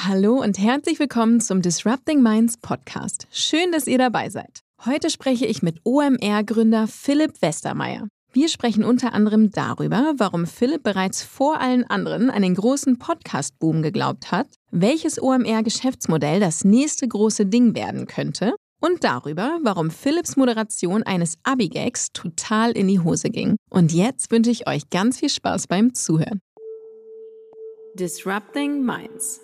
Hallo und herzlich willkommen zum Disrupting Minds Podcast. Schön, dass ihr dabei seid. Heute spreche ich mit OMR-Gründer Philipp Westermeier. Wir sprechen unter anderem darüber, warum Philipp bereits vor allen anderen an den großen Podcast-Boom geglaubt hat, welches OMR-Geschäftsmodell das nächste große Ding werden könnte und darüber, warum Philipps Moderation eines Abi-Gags total in die Hose ging. Und jetzt wünsche ich euch ganz viel Spaß beim Zuhören. Disrupting Minds.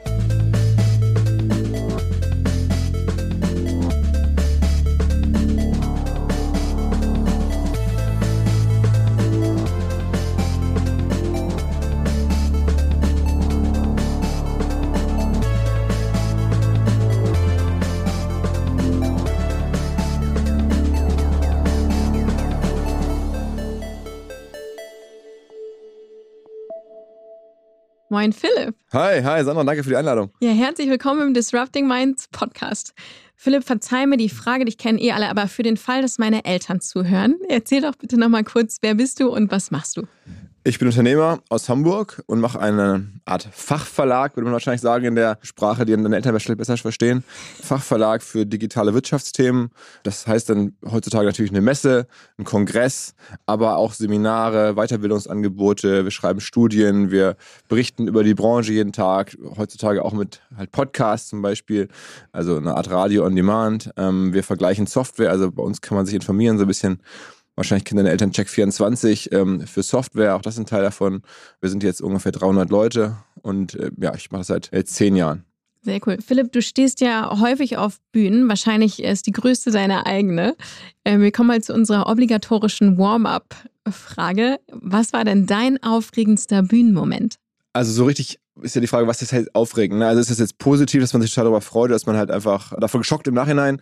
Moin Philipp. Hi Sandra, danke für die Einladung. Ja, herzlich willkommen im Disrupting Minds Podcast. Philipp, verzeih mir die Frage, dich kennen alle, aber für den Fall, dass meine Eltern zuhören, erzähl doch bitte nochmal kurz, wer bist du und was machst du? Ich bin Unternehmer aus Hamburg und mache eine Art Fachverlag, würde man wahrscheinlich sagen, in der Sprache, die deine Eltern wahrscheinlich besser verstehen. Fachverlag für digitale Wirtschaftsthemen. Das heißt dann heutzutage natürlich eine Messe, ein Kongress, aber auch Seminare, Weiterbildungsangebote. Wir schreiben Studien, wir berichten über die Branche jeden Tag. Heutzutage auch mit halt Podcasts zum Beispiel, also eine Art Radio on Demand. Wir vergleichen Software, also bei uns kann man sich informieren, so ein bisschen. Wahrscheinlich kennen deine Eltern Check24 für Software, auch das ist ein Teil davon. Wir sind jetzt ungefähr 300 Leute und ich mache das seit 10 Jahren. Sehr cool. Philipp, du stehst ja häufig auf Bühnen, wahrscheinlich ist die größte deine eigene. Wir kommen mal zu unserer obligatorischen Warm-up-Frage. Was war denn dein aufregendster Bühnenmoment? Also so richtig ist ja die Frage, was ist halt aufregend? Ne? Also ist es jetzt positiv, dass man sich total darüber freut, dass man halt einfach davon geschockt im Nachhinein.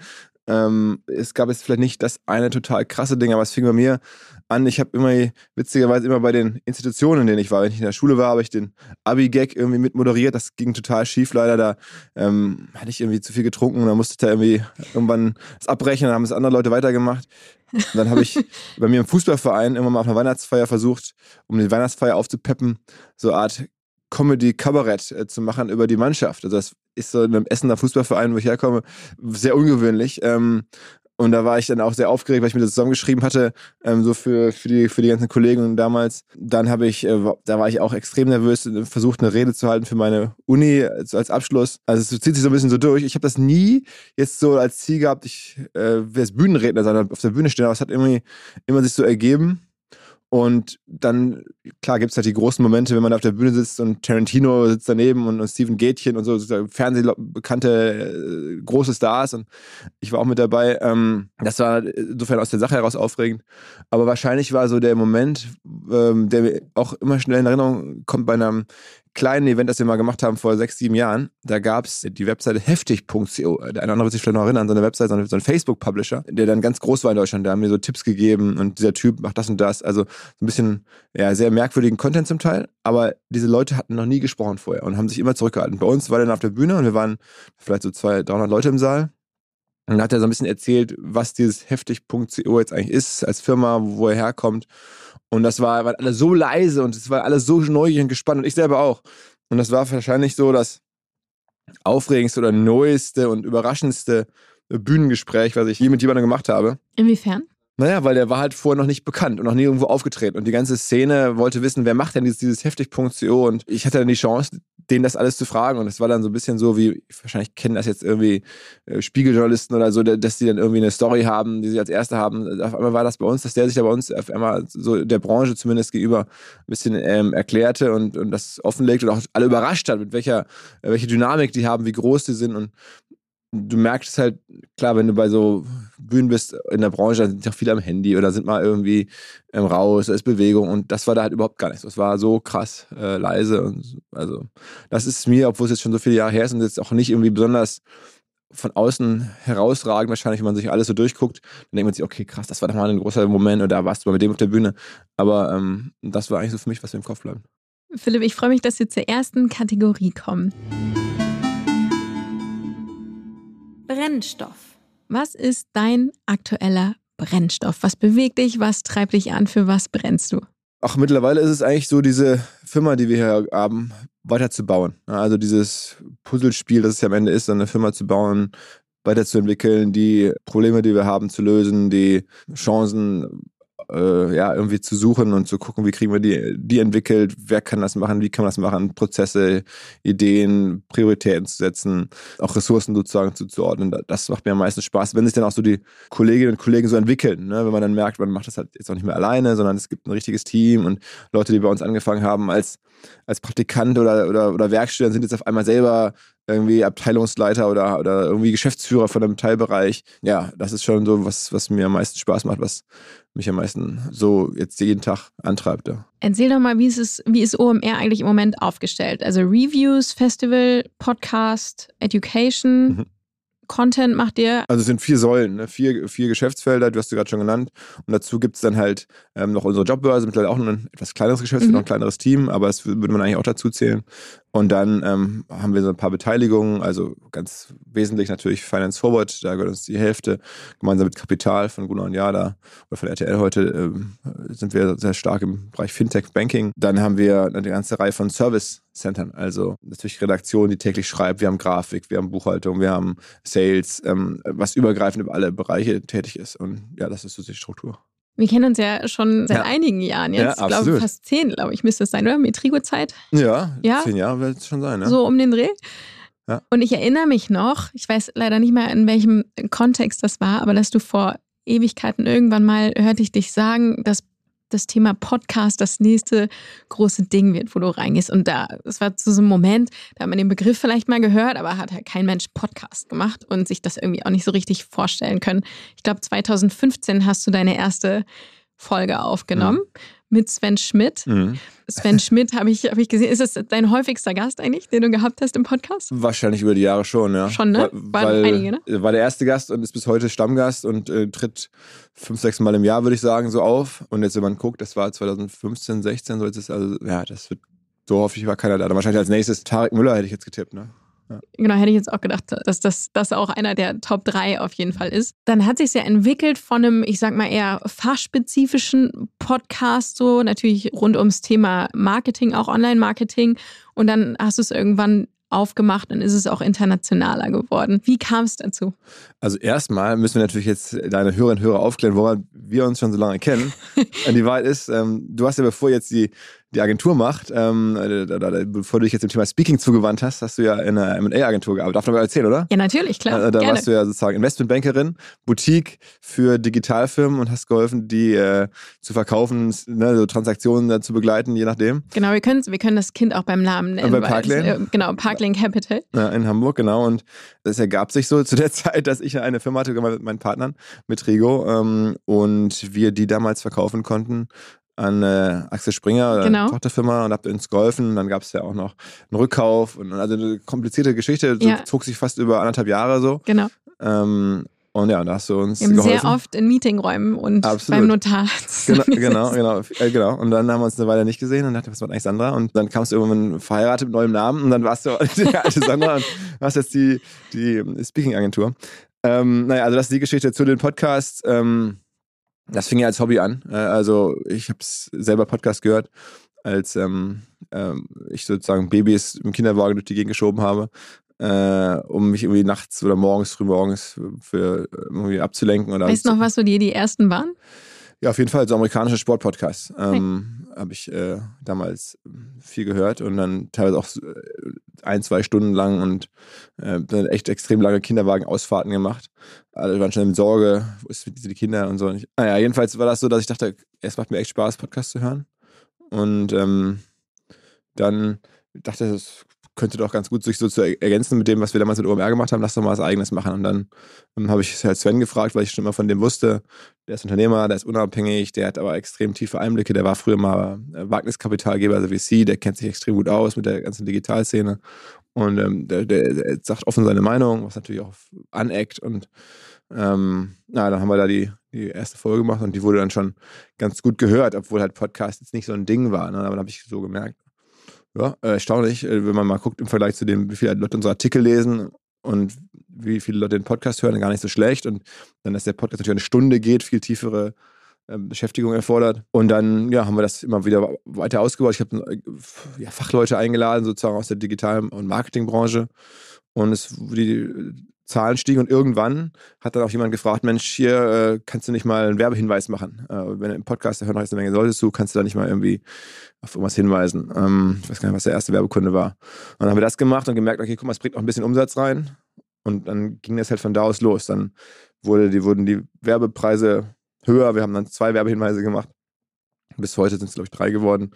Es gab jetzt vielleicht nicht das eine total krasse Ding, aber es fing bei mir an. Ich habe witzigerweise immer bei den Institutionen, in denen ich war, wenn ich in der Schule war, habe ich den Abi-Gag irgendwie mit moderiert. Das ging total schief leider. Da hatte ich irgendwie zu viel getrunken und dann musste ich da irgendwie irgendwann das abbrechen. Dann haben es andere Leute weitergemacht. Und dann habe ich bei mir im Fußballverein irgendwann mal auf einer Weihnachtsfeier versucht, um die Weihnachtsfeier aufzupeppen, so eine Art Comedy-Kabarett zu machen über die Mannschaft. Also das ist so in einem Essener Fußballverein, wo ich herkomme, sehr ungewöhnlich. Und da war ich dann auch sehr aufgeregt, weil ich mir das zusammengeschrieben hatte, so für die ganzen Kollegen damals. Dann da war ich auch extrem nervös, versucht eine Rede zu halten für meine Uni als Abschluss. Also es zieht sich so ein bisschen so durch. Ich habe das nie jetzt so als Ziel gehabt, ich werde jetzt Bühnenredner sein, auf der Bühne stehen, aber es hat irgendwie immer sich so ergeben. Und dann, klar, gibt es halt die großen Momente, wenn man auf der Bühne sitzt und Tarantino sitzt daneben und Steven Gätchen und so, Fernsehbekannte große Stars und ich war auch mit dabei. Das war insofern aus der Sache heraus aufregend. Aber wahrscheinlich war so der Moment, der mir auch immer schnell in Erinnerung kommt bei einem kleinen Event, das wir mal gemacht haben vor 6, 7 Jahren. Da gab es die Webseite heftig.co. Der eine oder andere wird sich vielleicht noch erinnern, so eine Webseite, so ein Facebook-Publisher, der dann ganz groß war in Deutschland. Da haben mir so Tipps gegeben und dieser Typ macht das und das. Also so ein bisschen, sehr merkwürdigen Content zum Teil. Aber diese Leute hatten noch nie gesprochen vorher und haben sich immer zurückgehalten. Bei uns war der dann auf der Bühne und wir waren vielleicht so 200, 300 Leute im Saal. Und dann hat er so ein bisschen erzählt, was dieses heftig.co jetzt eigentlich ist als Firma, wo er herkommt. Und das waren alle so leise und es war alles so neugierig und gespannt und ich selber auch. Und das war wahrscheinlich so das aufregendste oder neueste und überraschendste Bühnengespräch, was ich je mit jemandem gemacht habe. Inwiefern? Naja, weil der war halt vorher noch nicht bekannt und noch nie irgendwo aufgetreten. Und die ganze Szene wollte wissen, wer macht denn dieses heftig.co? Und ich hatte dann die Chance, denen das alles zu fragen. Und es war dann so ein bisschen so wie, wahrscheinlich kennen das jetzt irgendwie Spiegeljournalisten oder so, dass die dann irgendwie eine Story haben, die sie als Erste haben. Auf einmal war das bei uns, dass der sich da bei uns auf einmal so der Branche zumindest gegenüber ein bisschen erklärte und das offenlegte und auch alle überrascht hat, mit welche Dynamik die haben, wie groß die sind. Und du merkst halt, klar, wenn du bei so Bühnen bist in der Branche, da sind ja viele am Handy oder sind mal irgendwie raus, da ist Bewegung und das war da halt überhaupt gar nicht so. Es war so krass leise und also das ist mir, obwohl es jetzt schon so viele Jahre her ist und jetzt auch nicht irgendwie besonders von außen herausragend, wahrscheinlich, wenn man sich alles so durchguckt, dann denkt man sich, okay, krass, das war doch mal ein großer Moment oder da warst du mal mit dem auf der Bühne, aber das war eigentlich so für mich, was mir im Kopf bleibt. Philipp, ich freue mich, dass wir zur ersten Kategorie kommen. Brennstoff. Was ist dein aktueller Brennstoff? Was bewegt dich? Was treibt dich an? Für was brennst du? Ach, mittlerweile ist es eigentlich so, diese Firma, die wir hier haben, weiterzubauen. Also dieses Puzzlespiel, das es ja am Ende ist, so eine Firma zu bauen, weiterzuentwickeln, die Probleme, die wir haben, zu lösen, die Chancen irgendwie zu suchen und zu gucken, wie kriegen wir die entwickelt, wer kann das machen, wie kann man das machen, Prozesse, Ideen, Prioritäten zu setzen, auch Ressourcen sozusagen zuzuordnen. Das macht mir am meisten Spaß, wenn sich dann auch so die Kolleginnen und Kollegen so entwickeln, ne? Wenn man dann merkt, man macht das halt jetzt auch nicht mehr alleine, sondern es gibt ein richtiges Team und Leute, die bei uns angefangen haben als Praktikant oder Werkstudent, sind jetzt auf einmal selber irgendwie Abteilungsleiter oder irgendwie Geschäftsführer von einem Teilbereich. Ja, das ist schon so, was mir am meisten Spaß macht, was mich am meisten so jetzt jeden Tag antreibt. Ja. Erzähl doch mal, wie ist OMR eigentlich im Moment aufgestellt? Also Reviews, Festival, Podcast, Education, Content macht ihr? Also es sind 4 Säulen, ne? 4 Geschäftsfelder, du hast sie gerade schon genannt. Und dazu gibt es dann halt noch unsere Jobbörse, mittlerweile auch ein etwas kleineres Geschäftsfeld, noch ein kleineres Team, aber das würde man eigentlich auch dazu zählen. Und dann haben wir so ein paar Beteiligungen, also ganz wesentlich natürlich Finance Forward, da gehört uns die Hälfte, gemeinsam mit Kapital von Gunnar und Jada oder von RTL heute sind wir sehr stark im Bereich Fintech, Banking. Dann haben wir eine ganze Reihe von Service-Centern, also natürlich Redaktion, die täglich schreibt, wir haben Grafik, wir haben Buchhaltung, wir haben Sales, was übergreifend über alle Bereiche tätig ist. Und ja, das ist so die Struktur. Wir kennen uns ja schon seit einigen Jahren jetzt. Ja, ich glaube, fast 10, glaube ich, müsste es sein, oder? Metrigo-Zeit. Ja, 10 Jahre wird es schon sein. Ja? So um den Dreh. Ja. Und ich erinnere mich noch, ich weiß leider nicht mehr, in welchem Kontext das war, aber dass du vor Ewigkeiten irgendwann mal, hörte ich dich sagen, dass das Thema Podcast das nächste große Ding wird, wo du reingehst. Und es war zu so einem Moment, da hat man den Begriff vielleicht mal gehört, aber hat halt kein Mensch Podcast gemacht und sich das irgendwie auch nicht so richtig vorstellen können. Ich glaube, 2015 hast du deine erste Folge aufgenommen mit Sven Schmidt. Sven Schmidt habe ich gesehen. Ist das dein häufigster Gast eigentlich, den du gehabt hast im Podcast? Wahrscheinlich über die Jahre schon, ja. Schon, ne? Waren einige, ne? War der erste Gast und ist bis heute Stammgast und tritt 5-6 Mal im Jahr, würde ich sagen, so auf. Und jetzt, wenn man guckt, das war 2015, 16, so jetzt ist also, ja, das wird, so häufig war keiner da. Dann wahrscheinlich als nächstes Tarek Müller hätte ich jetzt getippt, ne? Ja. Genau, hätte ich jetzt auch gedacht, dass das auch einer der Top 3 auf jeden Fall ist. Dann hat sich ja entwickelt von einem, ich sag mal, eher fachspezifischen Podcast, so natürlich rund ums Thema Marketing, auch Online-Marketing. Und dann hast du es irgendwann aufgemacht und ist es auch internationaler geworden. Wie kam es dazu? Also erstmal müssen wir natürlich jetzt deine Hörerinnen und Hörer aufklären, woran wir uns schon so lange kennen. Die Wahrheit ist, du hast ja, bevor jetzt die Agentur macht, bevor du dich jetzt dem Thema Speaking zugewandt hast du ja in einer M&A-Agentur gearbeitet. Darf man mal erzählen, oder? Ja, natürlich, klar. Da gerne. warst du ja sozusagen Investmentbankerin, Boutique für Digitalfirmen und hast geholfen, die zu verkaufen, ne, so Transaktionen zu begleiten, je nachdem. Genau, wir können das Kind auch beim Namen nennen. Bei Parklane? Genau, Parklane Capital. Ja, in Hamburg, genau. Und es ergab sich so zu der Zeit, dass ich eine Firma hatte mit meinen Partnern, mit Rigo, und wir die damals verkaufen konnten an Axel Springer, genau. Tochterfirma, und hab uns geholfen. Und dann gab es ja auch noch einen Rückkauf und also eine komplizierte Geschichte, so zog sich fast über 1,5 Jahre so. Genau. Und ja, da hast du uns geholfen. Sehr oft in Meetingräumen und beim Notar. Genau. Und dann haben wir uns eine Weile nicht gesehen und dachte, was war eigentlich Sandra? Und dann kamst du irgendwann verheiratet mit neuem Namen und dann warst du die alte Sandra und hast jetzt die Speaking-Agentur. Also das ist die Geschichte zu den Podcasts. Das fing ja als Hobby an. Also ich habe selber Podcast gehört, als ich sozusagen Babys im Kinderwagen durch die Gegend geschoben habe, um mich irgendwie nachts oder frühmorgens für irgendwie abzulenken. Weißt du noch, was so die ersten waren? Ja, auf jeden Fall, so amerikanische Sportpodcasts habe ich damals viel gehört und dann teilweise auch 1-2 Stunden lang und dann echt extrem lange Kinderwagen-Ausfahrten gemacht. Alle waren schon in Sorge, wo sind die Kinder und so. Jedenfalls war das so, dass ich dachte, es macht mir echt Spaß, Podcasts zu hören. Und dann dachte ich, das könnte doch ganz gut sich so zu ergänzen mit dem, was wir damals mit OMR gemacht haben, lass doch mal was Eigenes machen. Und dann habe ich halt Sven gefragt, weil ich schon immer von dem wusste, der ist Unternehmer, der ist unabhängig, der hat aber extrem tiefe Einblicke, der war früher mal Wagniskapitalgeber, also VC, der kennt sich extrem gut aus mit der ganzen Digitalszene und der sagt offen seine Meinung, was natürlich auch aneckt und dann haben wir da die erste Folge gemacht und die wurde dann schon ganz gut gehört, obwohl halt Podcast jetzt nicht so ein Ding war, ne? Aber dann habe ich so gemerkt, ja, erstaunlich, wenn man mal guckt im Vergleich zu dem, wie viele Leute unsere Artikel lesen und wie viele Leute den Podcast hören, gar nicht so schlecht. Und dann, dass der Podcast natürlich 1 Stunde geht, viel tiefere Beschäftigung erfordert. Und dann haben wir das immer wieder weiter ausgebaut. Ich habe Fachleute eingeladen, sozusagen aus der Digital- und Marketingbranche. Und die Zahlen stiegen und irgendwann hat dann auch jemand gefragt, Mensch, hier kannst du nicht mal einen Werbehinweis machen? Wenn du im Podcast hören eine Menge solltest du, kannst du da nicht mal irgendwie auf irgendwas hinweisen? Ich weiß gar nicht, was der erste Werbekunde war. Und dann haben wir das gemacht und gemerkt, okay, guck mal, es bringt auch ein bisschen Umsatz rein. Und dann ging das halt von da aus los. Dann wurden die Werbepreise höher. Wir haben dann 2 Werbehinweise gemacht. Bis heute sind es, glaube ich, 3 geworden.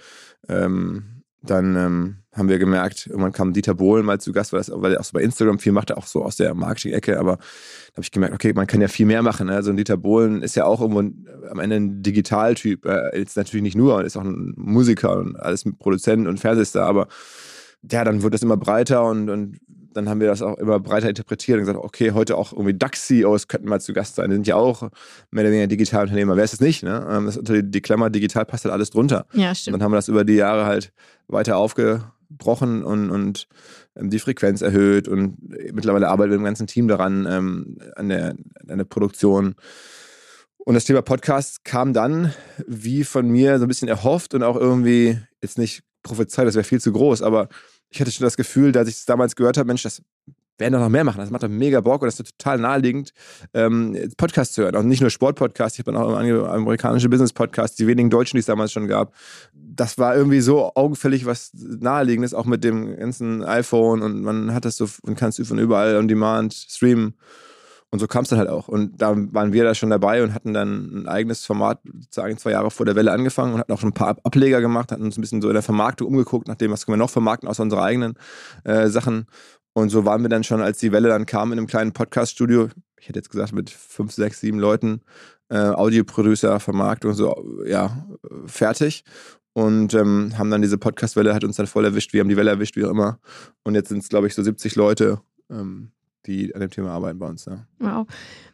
Dann haben wir gemerkt, irgendwann kam Dieter Bohlen mal zu Gast, weil er auch so bei Instagram viel macht, auch so aus der Marketing-Ecke, aber da habe ich gemerkt, okay, man kann ja viel mehr machen. Also ein Dieter Bohlen ist ja auch irgendwo am Ende ein Digitaltyp. Jetzt natürlich nicht nur, ist auch ein Musiker und alles mit Produzent und Fernsehstar, aber dann wird das immer breiter und dann haben wir das auch immer breiter interpretiert und gesagt, okay, heute auch irgendwie DAX-CEOs könnten mal zu Gast sein. Die sind ja auch mehr oder weniger Digitalunternehmer. Wer ist es nicht? Ne? Das unter die Klammer digital passt halt alles drunter. Ja, stimmt. Und dann haben wir das über die Jahre halt weiter aufgebrochen und die Frequenz erhöht und mittlerweile arbeiten wir mit dem ganzen Team daran, an der Produktion. Und das Thema Podcast kam dann, wie von mir so ein bisschen erhofft und auch irgendwie jetzt nicht prophezeit, das wäre viel zu groß, aber ich hatte schon das Gefühl, dass ich es damals gehört habe, Mensch, das werden doch noch mehr machen. Das macht doch mega Bock und das ist total naheliegend, Podcasts zu hören. Und nicht nur Sportpodcasts, ich habe dann auch amerikanische Business-Podcasts, die wenigen Deutschen, die es damals schon gab. Das war irgendwie so augenfällig was Naheliegendes, auch mit dem ganzen iPhone und man hat das so und kannst von überall on Demand streamen. Und so kam es dann halt auch. Und da waren wir da schon dabei und hatten dann ein eigenes Format, sozusagen 2 Jahre vor der Welle angefangen und hatten auch schon ein paar Ableger gemacht, hatten uns ein bisschen so in der Vermarktung umgeguckt, nach dem, was können wir noch vermarkten, außer unsere eigenen Sachen. Und so waren wir dann schon, als die Welle dann kam, in einem kleinen Podcast-Studio, ich hätte jetzt gesagt mit 5, 6, 7 Leuten, Audioproducer, Vermarktung, so, fertig. Und haben dann diese Podcast-Welle, hat uns dann voll erwischt, wir haben die Welle erwischt, wie auch immer. Und jetzt sind es, glaube ich, so 70 Leute, die an dem Thema arbeiten bei uns. Ja. Wow.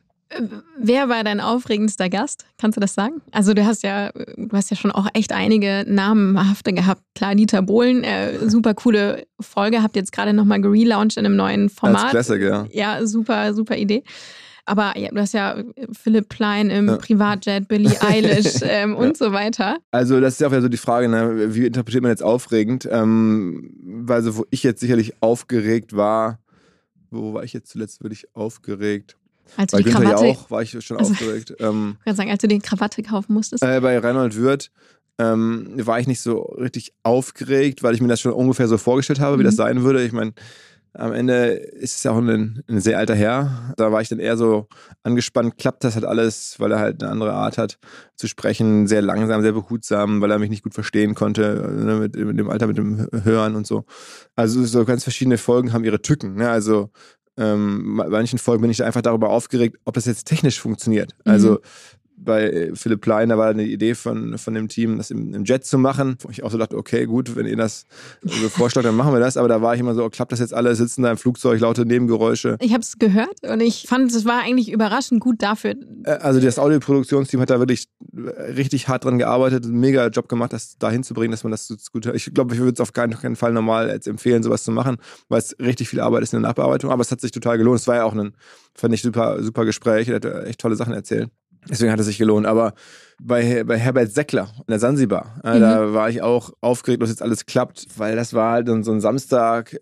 Wer war dein aufregendster Gast? Kannst du das sagen? Also du hast ja schon auch echt einige namhafte gehabt. Klar, Dieter Bohlen, super coole Folge, habt jetzt gerade nochmal gelauncht in einem neuen Format. Als Classic, ja. Ja, super, super Idee. Aber du hast ja Philipp Plein im Privatjet, Billie Eilish und so weiter. Also das ist ja auch so die Frage, ne? Wie interpretiert man jetzt aufregend? Weil so, wo ich jetzt sicherlich aufgeregt war, wo war ich jetzt zuletzt wirklich aufgeregt? Als du bei die Günther Krawatte, Jauch war ich schon aufgeregt. Ich kann sagen, als du die Krawatte kaufen musstest. Bei Reinhold Wirth war ich nicht so richtig aufgeregt, weil ich mir das schon ungefähr so vorgestellt habe, wie das sein würde. Ich meine, am Ende ist es ja auch ein sehr alter Herr. Da war ich dann eher so angespannt, klappt das halt alles, weil er halt eine andere Art hat zu sprechen, sehr langsam, sehr behutsam, weil er mich nicht gut verstehen konnte, ne, mit dem Alter, mit dem Hören und so. Also so ganz verschiedene Folgen haben ihre Tücken. Ne? Also bei manchen Folgen bin ich einfach darüber aufgeregt, ob das jetzt technisch funktioniert. Also bei Philipp Plein, da war eine Idee von dem Team, das im Jet zu machen, wo ich auch so dachte, okay, gut, wenn ihr das so vorschlagt, dann machen wir das. Aber da war ich immer so, klappt das jetzt alles, sitzen da im Flugzeug, laute Nebengeräusche. Ich habe es gehört und ich fand, es war eigentlich überraschend gut dafür. Also das Audioproduktionsteam hat da wirklich richtig hart dran gearbeitet, einen mega Job gemacht, das da hinzubringen, dass man das gut hört. Ich glaube, ich würde es auf keinen Fall normal jetzt empfehlen, sowas zu machen, weil es richtig viel Arbeit ist in der Nachbearbeitung. Aber es hat sich total gelohnt. Es war ja auch fand ich, super Gespräch. Er hat echt tolle Sachen erzählt. Deswegen hat es sich gelohnt. Aber bei Herbert Seckler in der Sansibar, da war ich auch aufgeregt, dass jetzt alles klappt, weil das war halt so ein Samstag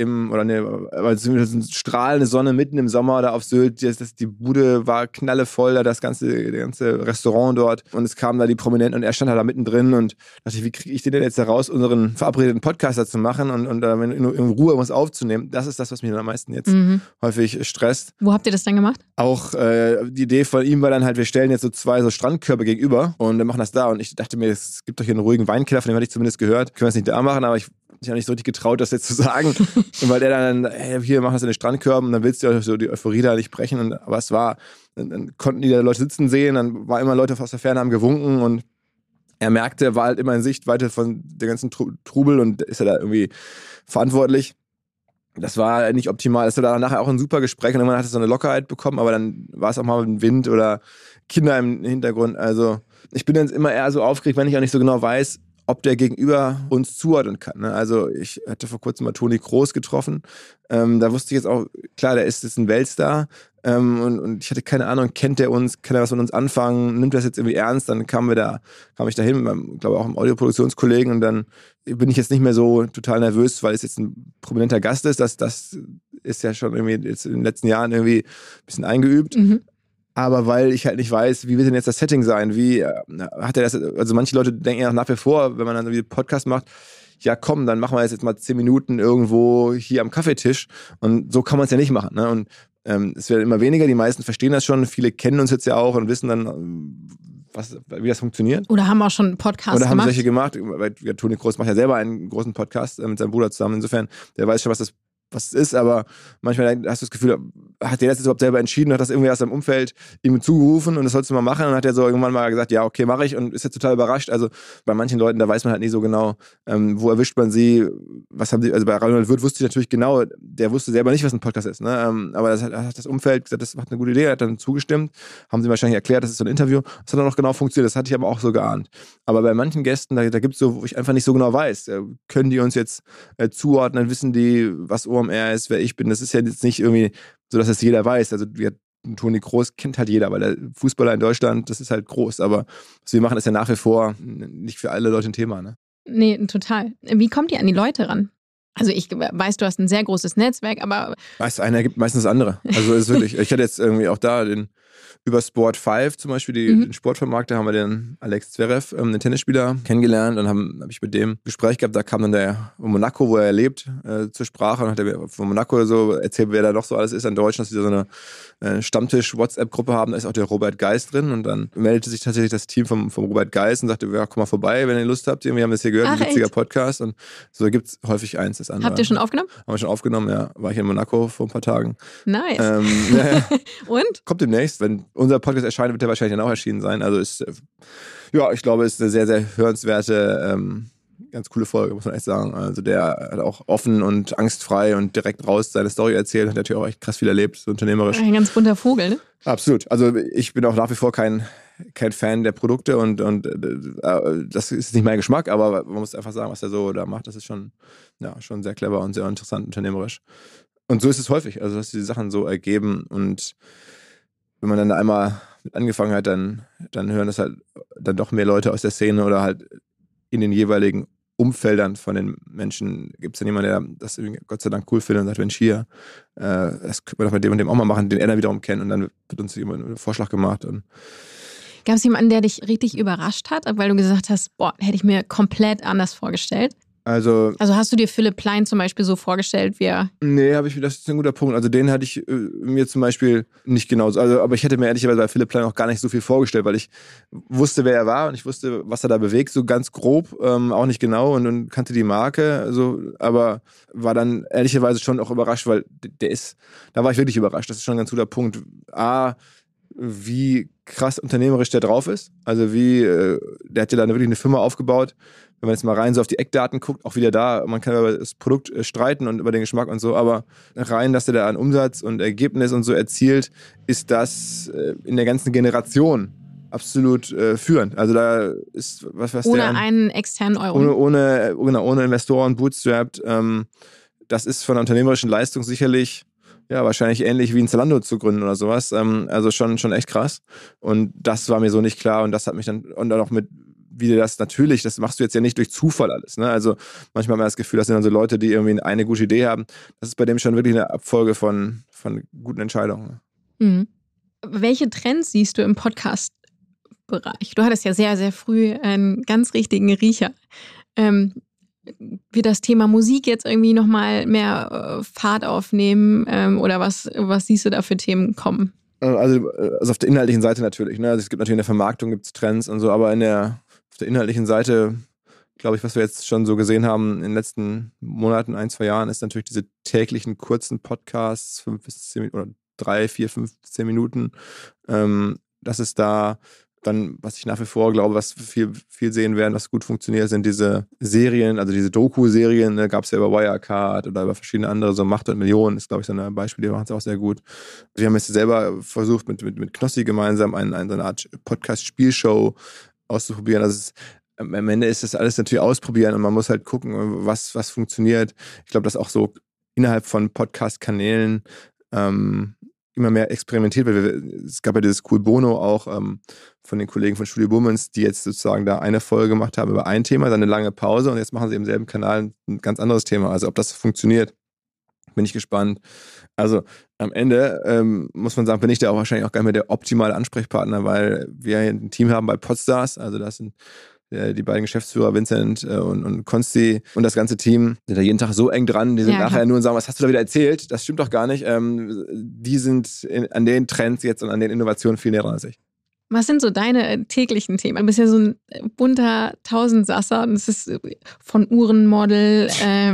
strahlende Sonne mitten im Sommer da auf Sylt. Die Bude war knallevoll, da der ganze Restaurant dort. Und es kamen da die Prominenten und er stand da mittendrin und dachte, wie kriege ich den denn jetzt da raus, unseren verabredeten Podcaster zu machen und in Ruhe was aufzunehmen. Das ist das, was mich am meisten jetzt häufig stresst. Wo habt ihr das dann gemacht? Auch die Idee von ihm war dann halt, wir stellen jetzt so 2 so Strandkörbe gegenüber und wir machen das da. Und ich dachte mir, es gibt doch hier einen ruhigen Weinkeller, von dem hatte ich zumindest gehört. Können wir es nicht da machen, aber ich habe nicht so richtig getraut, das jetzt zu sagen. Und weil der dann, hey, hier, mach das in den Strandkörben und dann willst du ja so die Euphorie da nicht brechen. Aber es war, dann konnten die da Leute sitzen sehen, dann war immer Leute aus der Ferne haben gewunken und er merkte, er war halt immer in Sichtweite von der ganzen Trubel und ist er da irgendwie verantwortlich. Das war nicht optimal. Es war dann nachher auch ein super Gespräch und irgendwann hat es so eine Lockerheit bekommen, aber dann war es auch mal ein Wind oder Kinder im Hintergrund. Also ich bin dann immer eher so aufgeregt, wenn ich auch nicht so genau weiß, ob der Gegenüber uns zuordnen kann. Ne? Also ich hatte vor kurzem mal Toni Kroos getroffen. Da wusste ich jetzt auch, klar, der ist jetzt ein Weltstar. Und ich hatte keine Ahnung, kennt der uns, kann er was mit uns anfangen, nimmt das jetzt irgendwie ernst? Dann kam ich da hin mit meinem, glaube ich, auch einem Audioproduktionskollegen und dann bin ich jetzt nicht mehr so total nervös, weil es jetzt ein prominenter Gast ist. Das ist ja schon irgendwie jetzt in den letzten Jahren irgendwie ein bisschen eingeübt. Mhm. Aber weil ich halt nicht weiß, wie wird denn jetzt das Setting sein? Wie hat er das? Also manche Leute denken ja nach wie vor, wenn man dann irgendwie einen Podcast macht, ja komm, dann machen wir jetzt mal 10 Minuten irgendwo hier am Kaffeetisch. Und so kann man es ja nicht machen. Ne? Und es werden immer weniger, die meisten verstehen das schon, viele kennen uns jetzt ja auch und wissen dann, wie das funktioniert. Oder haben auch schon einen Podcast Oder haben gemacht. solche gemacht, weil Toni Kroos macht ja selber einen großen Podcast mit seinem Bruder zusammen. Insofern, der weiß schon, was es ist, aber manchmal hast du das Gefühl, hat der das jetzt überhaupt selber entschieden, hat das irgendwie aus seinem Umfeld ihm zugerufen und das sollst du mal machen und dann hat er so irgendwann mal gesagt, ja okay, mache ich und ist jetzt total überrascht. Also bei manchen Leuten, da weiß man halt nie so genau, wo erwischt man sie, was haben sie, also bei Ronald Wirth wusste ich natürlich genau, der wusste selber nicht, was ein Podcast ist, ne? Aber das hat das Umfeld gesagt, das macht eine gute Idee, hat dann zugestimmt, haben sie wahrscheinlich erklärt, das ist so ein Interview, das hat dann auch genau funktioniert, das hatte ich aber auch so geahnt. Aber bei manchen Gästen, da gibt es so, wo ich einfach nicht so genau weiß, können die uns jetzt zuordnen, wissen die, was OMR ist, wer ich bin, das ist ja jetzt nicht irgendwie so, dass das jeder weiß. Also Toni Kroos kennt halt jeder, weil der Fußballer in Deutschland, das ist halt groß. Aber was wir machen, ist ja nach wie vor nicht für alle Leute ein Thema. Ne? Nee, total. Wie kommt ihr an die Leute ran? Also ich weiß, du hast ein sehr großes Netzwerk, aber... Das eine ergibt meistens das andere. Also es ist wirklich, ich hatte jetzt irgendwie auch da über Sport 5 zum Beispiel, den Sportvermarkter, haben wir den Alex Zverev, den Tennisspieler, kennengelernt und habe ich mit dem ein Gespräch gehabt. Da kam dann der Monaco, wo er lebt, zur Sprache und hat er von Monaco so erzählt, wer da noch so alles ist an Deutschland, dass sie so eine Stammtisch-WhatsApp-Gruppe haben. Da ist auch der Robert Geis drin und dann meldete sich tatsächlich das Team vom Robert Geis und sagte, ja, komm mal vorbei, wenn ihr Lust habt. Wir haben das hier gehört, ein witziger Podcast und so gibt es häufig eins, das andere. Habt ihr schon aufgenommen? Haben wir schon aufgenommen, ja. War ich in Monaco vor ein paar Tagen. Nice. Und? Kommt demnächst, wenn unser Podcast erscheint, wird der wahrscheinlich dann auch erschienen sein. Also ich glaube, es ist eine sehr, sehr hörenswerte, ganz coole Folge, muss man echt sagen. Also der hat auch offen und angstfrei und direkt raus seine Story erzählt, hat natürlich auch echt krass viel erlebt, so unternehmerisch. Ein ganz bunter Vogel, ne? Absolut. Also ich bin auch nach wie vor kein Fan der Produkte und das ist nicht mein Geschmack, aber man muss einfach sagen, was er so da macht, das ist schon sehr clever und sehr interessant unternehmerisch. Und so ist es häufig, also dass die Sachen so ergeben und wenn man dann einmal mit angefangen hat, dann hören das halt dann doch mehr Leute aus der Szene oder halt in den jeweiligen Umfeldern von den Menschen gibt es dann jemanden, der das Gott sei Dank cool findet und sagt, Mensch, hier, das können wir doch mit dem und dem auch mal machen, den er dann wiederum kennt und dann wird uns jemand einen Vorschlag gemacht. Gab es jemanden, der dich richtig überrascht hat, weil du gesagt hast, boah, hätte ich mir komplett anders vorgestellt? Also hast du dir Philipp Plein zum Beispiel so vorgestellt, wie er... Nee, das ist ein guter Punkt. Also den hatte ich mir zum Beispiel nicht genauso. Also, aber ich hätte mir ehrlicherweise bei Philipp Plein auch gar nicht so viel vorgestellt, weil ich wusste, wer er war und ich wusste, was er da bewegt, so ganz grob, auch nicht genau und kannte die Marke, so, aber war dann ehrlicherweise schon auch überrascht, weil da war ich wirklich überrascht. Das ist schon ein ganz guter Punkt. Wie krass unternehmerisch der drauf ist. Also der hat ja da wirklich eine Firma aufgebaut. Wenn man jetzt mal rein so auf die Eckdaten guckt, auch wieder da, man kann über das Produkt streiten und über den Geschmack und so, aber rein, dass der da an Umsatz und Ergebnis und so erzielt, ist das in der ganzen Generation absolut führend. Also da ist ohne einen externen Euro. Ohne Investoren, bootstrapped. Das ist von der unternehmerischen Leistung sicherlich wahrscheinlich ähnlich wie ein Zalando zu gründen oder sowas. Also schon echt krass. Und das war mir so nicht klar und das hat mich dann, und dann auch mit, wie das natürlich, das machst du jetzt ja nicht durch Zufall alles. Ne? Also manchmal hat man das Gefühl, das sind dann so Leute, die irgendwie eine gute Idee haben. Das ist bei dem schon wirklich eine Abfolge von guten Entscheidungen. Mhm. Welche Trends siehst du im Podcast-Bereich? Du hattest ja sehr, sehr früh einen ganz richtigen Riecher. Wird das Thema Musik jetzt irgendwie nochmal mehr Fahrt aufnehmen oder was siehst du da für Themen kommen? Also auf der inhaltlichen Seite natürlich. Ne? Also es gibt natürlich in der Vermarktung gibt's Trends und so, aber auf der inhaltlichen Seite, glaube ich, was wir jetzt schon so gesehen haben in den letzten Monaten, 1-2 Jahren, ist natürlich diese täglichen kurzen Podcasts, 5 bis 10 Minuten oder 3, 4, 5, 10 Minuten. Das ist da. Dann, was ich nach wie vor glaube, was viel sehen werden, was gut funktioniert, sind diese Serien, also diese Doku-Serien, ne, gab es ja über Wirecard oder über verschiedene andere, so Macht und Millionen ist, glaube ich, so ein Beispiel, die machen es auch sehr gut. Wir haben jetzt selber versucht, mit Knossi gemeinsam so eine Art Podcast-Spielshow auszuprobieren. Also am Ende ist das alles natürlich ausprobieren und man muss halt gucken, was funktioniert. Ich glaube, dass auch so innerhalb von Podcast-Kanälen immer mehr experimentiert wird. Es gab ja dieses Cool Bono auch von den Kollegen von Studio Bummens, die jetzt sozusagen da eine Folge gemacht haben über ein Thema, dann eine lange Pause und jetzt machen sie im selben Kanal ein ganz anderes Thema. Also ob das funktioniert, bin ich gespannt. Also am Ende muss man sagen, bin ich da auch wahrscheinlich auch gar nicht mehr der optimale Ansprechpartner, weil wir ein Team haben bei Podstars, also das sind die beiden Geschäftsführer, Vincent und Konsti und das ganze Team sind da jeden Tag so eng dran, die sind nachher nur und sagen, was hast du da wieder erzählt? Das stimmt doch gar nicht. Die sind an den Trends jetzt und an den Innovationen viel näher dran als ich. Was sind so deine täglichen Themen? Du bist ja so ein bunter Tausendsasser und es ist von Uhrenmodel,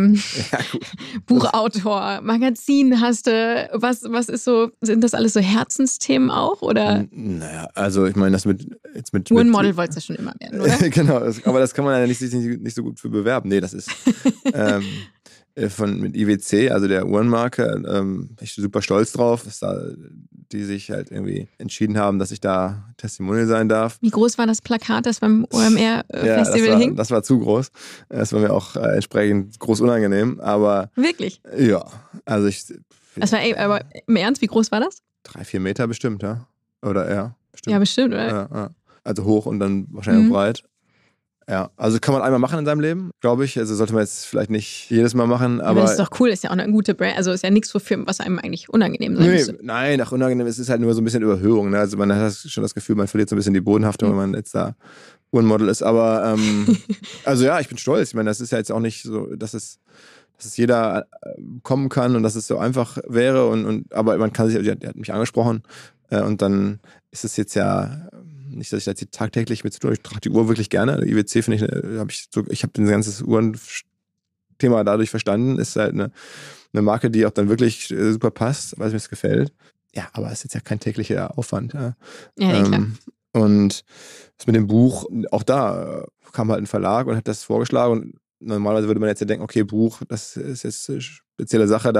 Buchautor, Magazin hast du. Was ist so, sind das alles so Herzensthemen auch? Oder? Naja, also ich meine, das mit Uhrenmodel wolltest du schon immer werden, oder? Genau, aber das kann man ja nicht so gut für bewerben. Nee, das ist mit IWC, also der Uhrenmarke, ich bin super stolz drauf, dass die sich halt irgendwie entschieden haben, dass ich da Testimonial sein darf. Wie groß war das Plakat, das beim OMR-Festival hing? Das war zu groß. Das war mir auch entsprechend groß unangenehm, aber... Wirklich? Ja, also aber im Ernst, wie groß war das? 3-4 Meter bestimmt, ja. Oder eher. Bestimmt. Ja, bestimmt, oder? Ja. Also hoch und dann wahrscheinlich auch breit. Ja, also kann man einmal machen in seinem Leben, glaube ich. Also sollte man jetzt vielleicht nicht jedes Mal machen, aber... das ist doch cool, ist ja auch eine gute Brand. Also ist ja nichts wofür, was einem eigentlich unangenehm sein müsste. Nein, unangenehm, es ist halt nur so ein bisschen Überhöhung. Ne? Also man hat schon das Gefühl, man verliert so ein bisschen die Bodenhaftung, wenn man jetzt da Uhrenmodel ist. Aber also ja, ich bin stolz. Ich meine, das ist ja jetzt auch nicht so, dass es jeder kommen kann und dass es so einfach wäre. Aber man kann sich, der hat mich angesprochen und dann ist es jetzt ja... Nicht, dass ich da jetzt tagtäglich mit zu tun habe. Ich trage die Uhr wirklich gerne. IWC finde ich habe das ganze Uhrenthema dadurch verstanden. Ist halt eine Marke, die auch dann wirklich super passt, weil es mir das gefällt. Ja, aber es ist jetzt ja kein täglicher Aufwand. Ja, klar. Und das mit dem Buch, auch da kam halt ein Verlag und hat das vorgeschlagen. Und normalerweise würde man jetzt ja denken, okay, Buch, das ist jetzt eine spezielle Sache,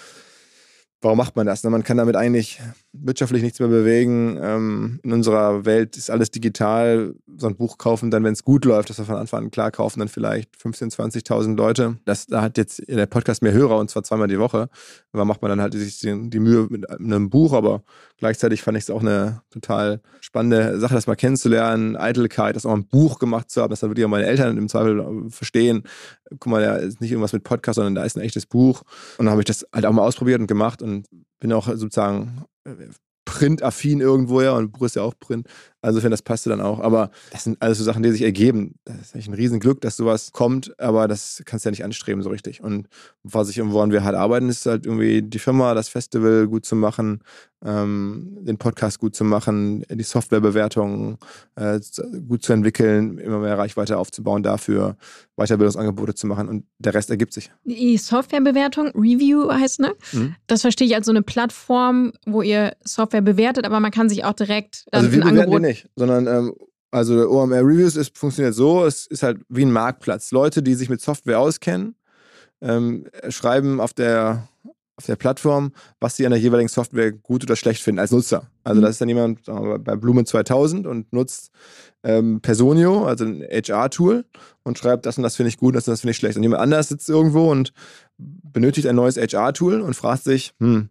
warum macht man das? Man kann damit eigentlich wirtschaftlich nichts mehr bewegen. In unserer Welt ist alles digital. So ein Buch kaufen dann, wenn es gut läuft, das wir von Anfang an klar kaufen, dann vielleicht 15.000, 20.000 Leute. Da hat jetzt der Podcast mehr Hörer und zwar 2-mal die Woche. Da macht man dann halt sich die Mühe mit einem Buch, aber gleichzeitig fand ich es auch eine total spannende Sache, das mal kennenzulernen. Eitelkeit, das auch ein Buch gemacht zu haben, das dann wirklich auch meine Eltern im Zweifel verstehen. Guck mal, da ist nicht irgendwas mit Podcast, sondern da ist ein echtes Buch. Und dann habe ich das halt auch mal ausprobiert und gemacht und bin auch sozusagen printaffin irgendwo, ja, und Buch ist ja auch Print. Also das passte dann auch. Aber das sind alles so Sachen, die sich ergeben. Das ist echt ein Riesenglück, dass sowas kommt, aber das kannst du ja nicht anstreben so richtig. Und woran wir halt arbeiten, ist halt irgendwie die Firma, das Festival gut zu machen, den Podcast gut zu machen, die Softwarebewertungen gut zu entwickeln, immer mehr Reichweite aufzubauen, dafür Weiterbildungsangebote zu machen und der Rest ergibt sich. Die Softwarebewertung, Review heißt, ne? Das verstehe ich als so eine Plattform, wo ihr Software bewertet, aber man kann sich auch direkt dann also wir bewerten die nicht, sondern also OMR Reviews funktioniert so, es ist halt wie ein Marktplatz. Leute, die sich mit Software auskennen, schreiben auf der Plattform, was sie an der jeweiligen Software gut oder schlecht finden als Nutzer. Also das ist dann jemand bei Blumen 2000 und nutzt Personio, also ein HR-Tool und schreibt, das und das finde ich gut, das und das finde ich schlecht. Und jemand anders sitzt irgendwo und benötigt ein neues HR-Tool und fragt sich,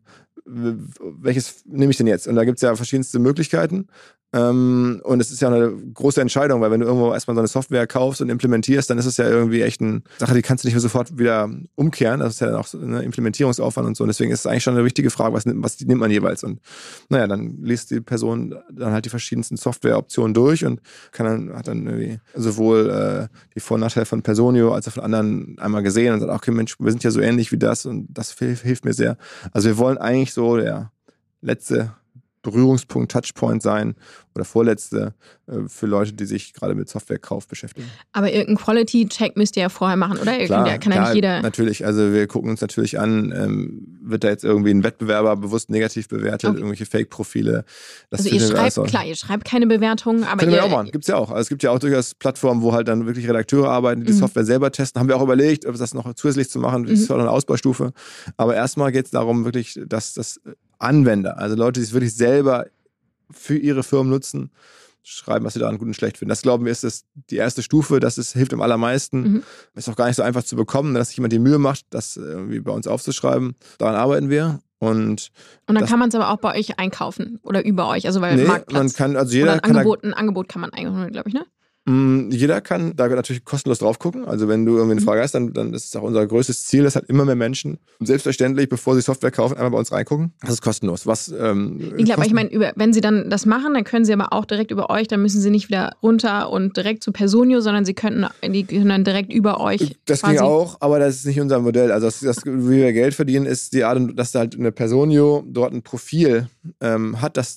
welches nehme ich denn jetzt? Und da gibt es ja verschiedenste Möglichkeiten. Und es ist ja eine große Entscheidung, weil wenn du irgendwo erstmal so eine Software kaufst und implementierst, dann ist es ja irgendwie echt eine Sache, die kannst du nicht mehr sofort wieder umkehren. Das ist ja dann auch so ein Implementierungsaufwand und so. Und deswegen ist es eigentlich schon eine wichtige Frage, was nimmt man jeweils? Und naja, dann liest die Person dann halt die verschiedensten Softwareoptionen durch und hat dann irgendwie sowohl die Vor- und Nachteile von Personio als auch von anderen einmal gesehen und sagt, okay Mensch, wir sind ja so ähnlich wie das und das hilft mir sehr. Also wir wollen eigentlich so der letzte Berührungspunkt, Touchpoint sein oder vorletzte für Leute, die sich gerade mit Softwarekauf beschäftigen. Aber irgendeinen Quality-Check müsst ihr ja vorher machen, oder? Klar, kann ja nicht jeder... Natürlich, also wir gucken uns natürlich an, wird da jetzt irgendwie ein Wettbewerber bewusst negativ bewertet, irgendwelche Fake-Profile. Also ihr schreibt keine Bewertungen, aber können wir auch machen, gibt's ja auch. Also es gibt ja auch durchaus Plattformen, wo halt dann wirklich Redakteure arbeiten, die die Software selber testen. Haben wir auch überlegt, ob das noch zusätzlich zu machen, das ist auch eine Ausbaustufe. Aber erstmal geht es darum wirklich, dass das Anwender, also Leute, die es wirklich selber für ihre Firmen nutzen, schreiben, was sie daran gut und schlecht finden. Das, glauben wir, ist das die erste Stufe, hilft am allermeisten. Ist auch gar nicht so einfach zu bekommen, dass sich jemand die Mühe macht, das irgendwie bei uns aufzuschreiben. Daran arbeiten wir. Und dann kann man es aber auch bei euch einkaufen oder über euch, also weil Marktplatz. Man kann, also jeder oder ein Angebot kann man einkaufen, glaube ich, ne? Jeder kann da natürlich kostenlos drauf gucken. Also wenn du irgendwie eine Frage hast, dann ist es auch unser größtes Ziel, dass halt immer mehr Menschen selbstverständlich, bevor sie Software kaufen, einmal bei uns reingucken. Das ist kostenlos. Ich meine, wenn sie dann das machen, dann können sie aber auch direkt über euch, dann müssen sie nicht wieder runter und direkt zu Personio, sondern die können dann direkt über euch. Das ging auch, aber das ist nicht unser Modell. Also wie wir Geld verdienen, ist die Art, dass halt eine Personio dort ein Profil hat. Das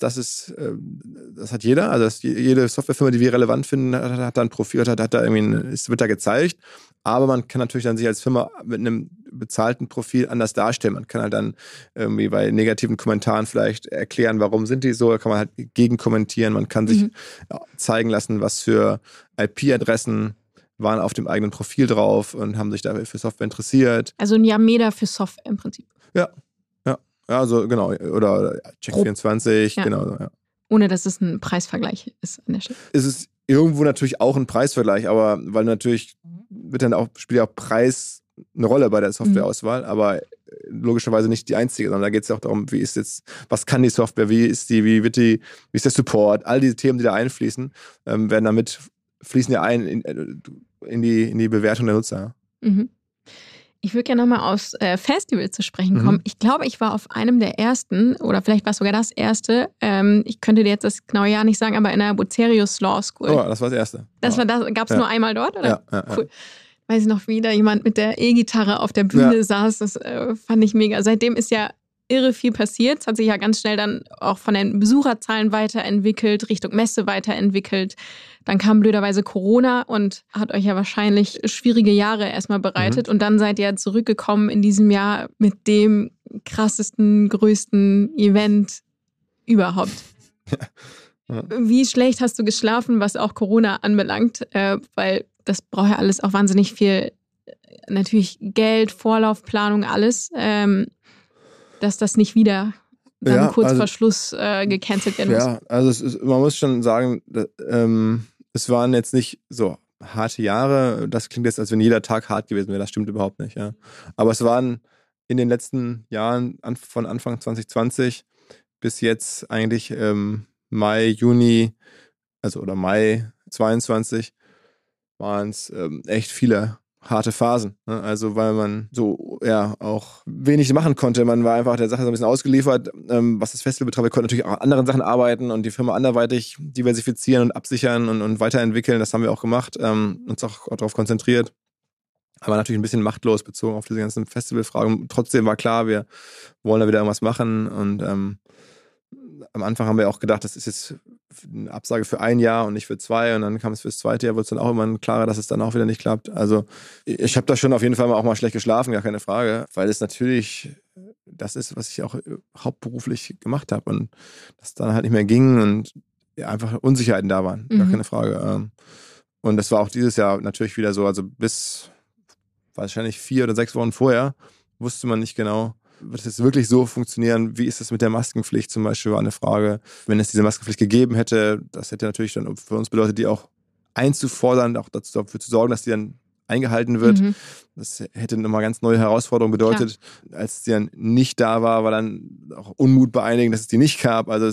hat jeder. Also jede Softwarefirma, die wir relevant finden, hat da ein Profil, wird da gezeigt, aber man kann natürlich dann sich als Firma mit einem bezahlten Profil anders darstellen. Man kann halt dann irgendwie bei negativen Kommentaren vielleicht erklären, warum sind die so, da kann man halt gegenkommentieren, man kann sich zeigen lassen, was für IP-Adressen waren auf dem eigenen Profil drauf und haben sich da für Software interessiert. Also ein Yameda für Software im Prinzip. Ja, also genau, oder Check24, genau. Ja. Ohne, dass es ein Preisvergleich ist an der Stelle. Es ist irgendwo natürlich auch ein Preisvergleich, aber weil natürlich spielt ja auch Preis eine Rolle bei der Softwareauswahl, aber logischerweise nicht die einzige, sondern da geht es ja auch darum, was kann die Software, wie ist der Support, all diese Themen, die da einfließen, fließen ja ein in die Bewertung der Nutzer. Mhm. Ich würde gerne nochmal aufs Festival zu sprechen kommen. Ich glaube, ich war auf einem der ersten, oder vielleicht war es sogar das erste, ich könnte dir jetzt das genaue Jahr nicht sagen, aber in der Bucerius Law School. Oh, das war das erste. Gab es nur einmal dort, oder? Ja. Cool. Weiß ich noch, wie da jemand mit der E-Gitarre auf der Bühne saß, das fand ich mega. Seitdem ist ja irre viel passiert. Es hat sich ja ganz schnell dann auch von den Besucherzahlen weiterentwickelt, Richtung Messe weiterentwickelt. Dann kam blöderweise Corona und hat euch ja wahrscheinlich schwierige Jahre erstmal bereitet. Und dann seid ihr zurückgekommen in diesem Jahr mit dem krassesten, größten Event überhaupt. Ja. Wie schlecht hast du geschlafen, was auch Corona anbelangt? Weil das braucht ja alles auch wahnsinnig viel, natürlich Geld, Vorlaufplanung, alles. Dass das nicht wieder dann kurz vor Schluss gecancelt werden muss. Ja, also man muss schon sagen, es waren jetzt nicht so harte Jahre. Das klingt jetzt, als wenn jeder Tag hart gewesen wäre. Das stimmt überhaupt nicht. Ja. Aber es waren in den letzten Jahren von Anfang 2020 bis jetzt eigentlich Mai, Juni, oder Mai 22 waren es echt viele harte Phasen, ne? Also weil man so auch wenig machen konnte. Man war einfach der Sache so ein bisschen ausgeliefert. Was das Festival betrifft, wir konnten natürlich auch an anderen Sachen arbeiten und die Firma anderweitig diversifizieren und absichern und weiterentwickeln. Das haben wir auch gemacht, uns auch darauf konzentriert. Aber natürlich ein bisschen machtlos bezogen auf diese ganzen Festivalfragen. Trotzdem war klar, wir wollen da wieder irgendwas machen und am Anfang haben wir auch gedacht, das ist jetzt eine Absage für ein Jahr und nicht für 2 und dann kam es fürs zweite Jahr, wurde es dann auch immer klarer, dass es dann auch wieder nicht klappt. Also ich habe da schon auf jeden Fall auch mal schlecht geschlafen, gar keine Frage, weil es natürlich das ist, was ich auch hauptberuflich gemacht habe und das dann halt nicht mehr ging und einfach Unsicherheiten da waren, gar keine Frage. Und das war auch dieses Jahr natürlich wieder so, also bis wahrscheinlich 4 oder 6 Wochen vorher wusste man nicht genau, wird es jetzt wirklich so funktionieren? Wie ist es mit der Maskenpflicht zum Beispiel, war eine Frage. Wenn es diese Maskenpflicht gegeben hätte, das hätte natürlich dann für uns bedeutet, die auch einzufordern, auch dafür zu sorgen, dass die dann eingehalten wird. Das hätte nochmal ganz neue Herausforderungen bedeutet. Klar. Als die dann nicht da war dann auch Unmut bei einigen, dass es die nicht gab. Also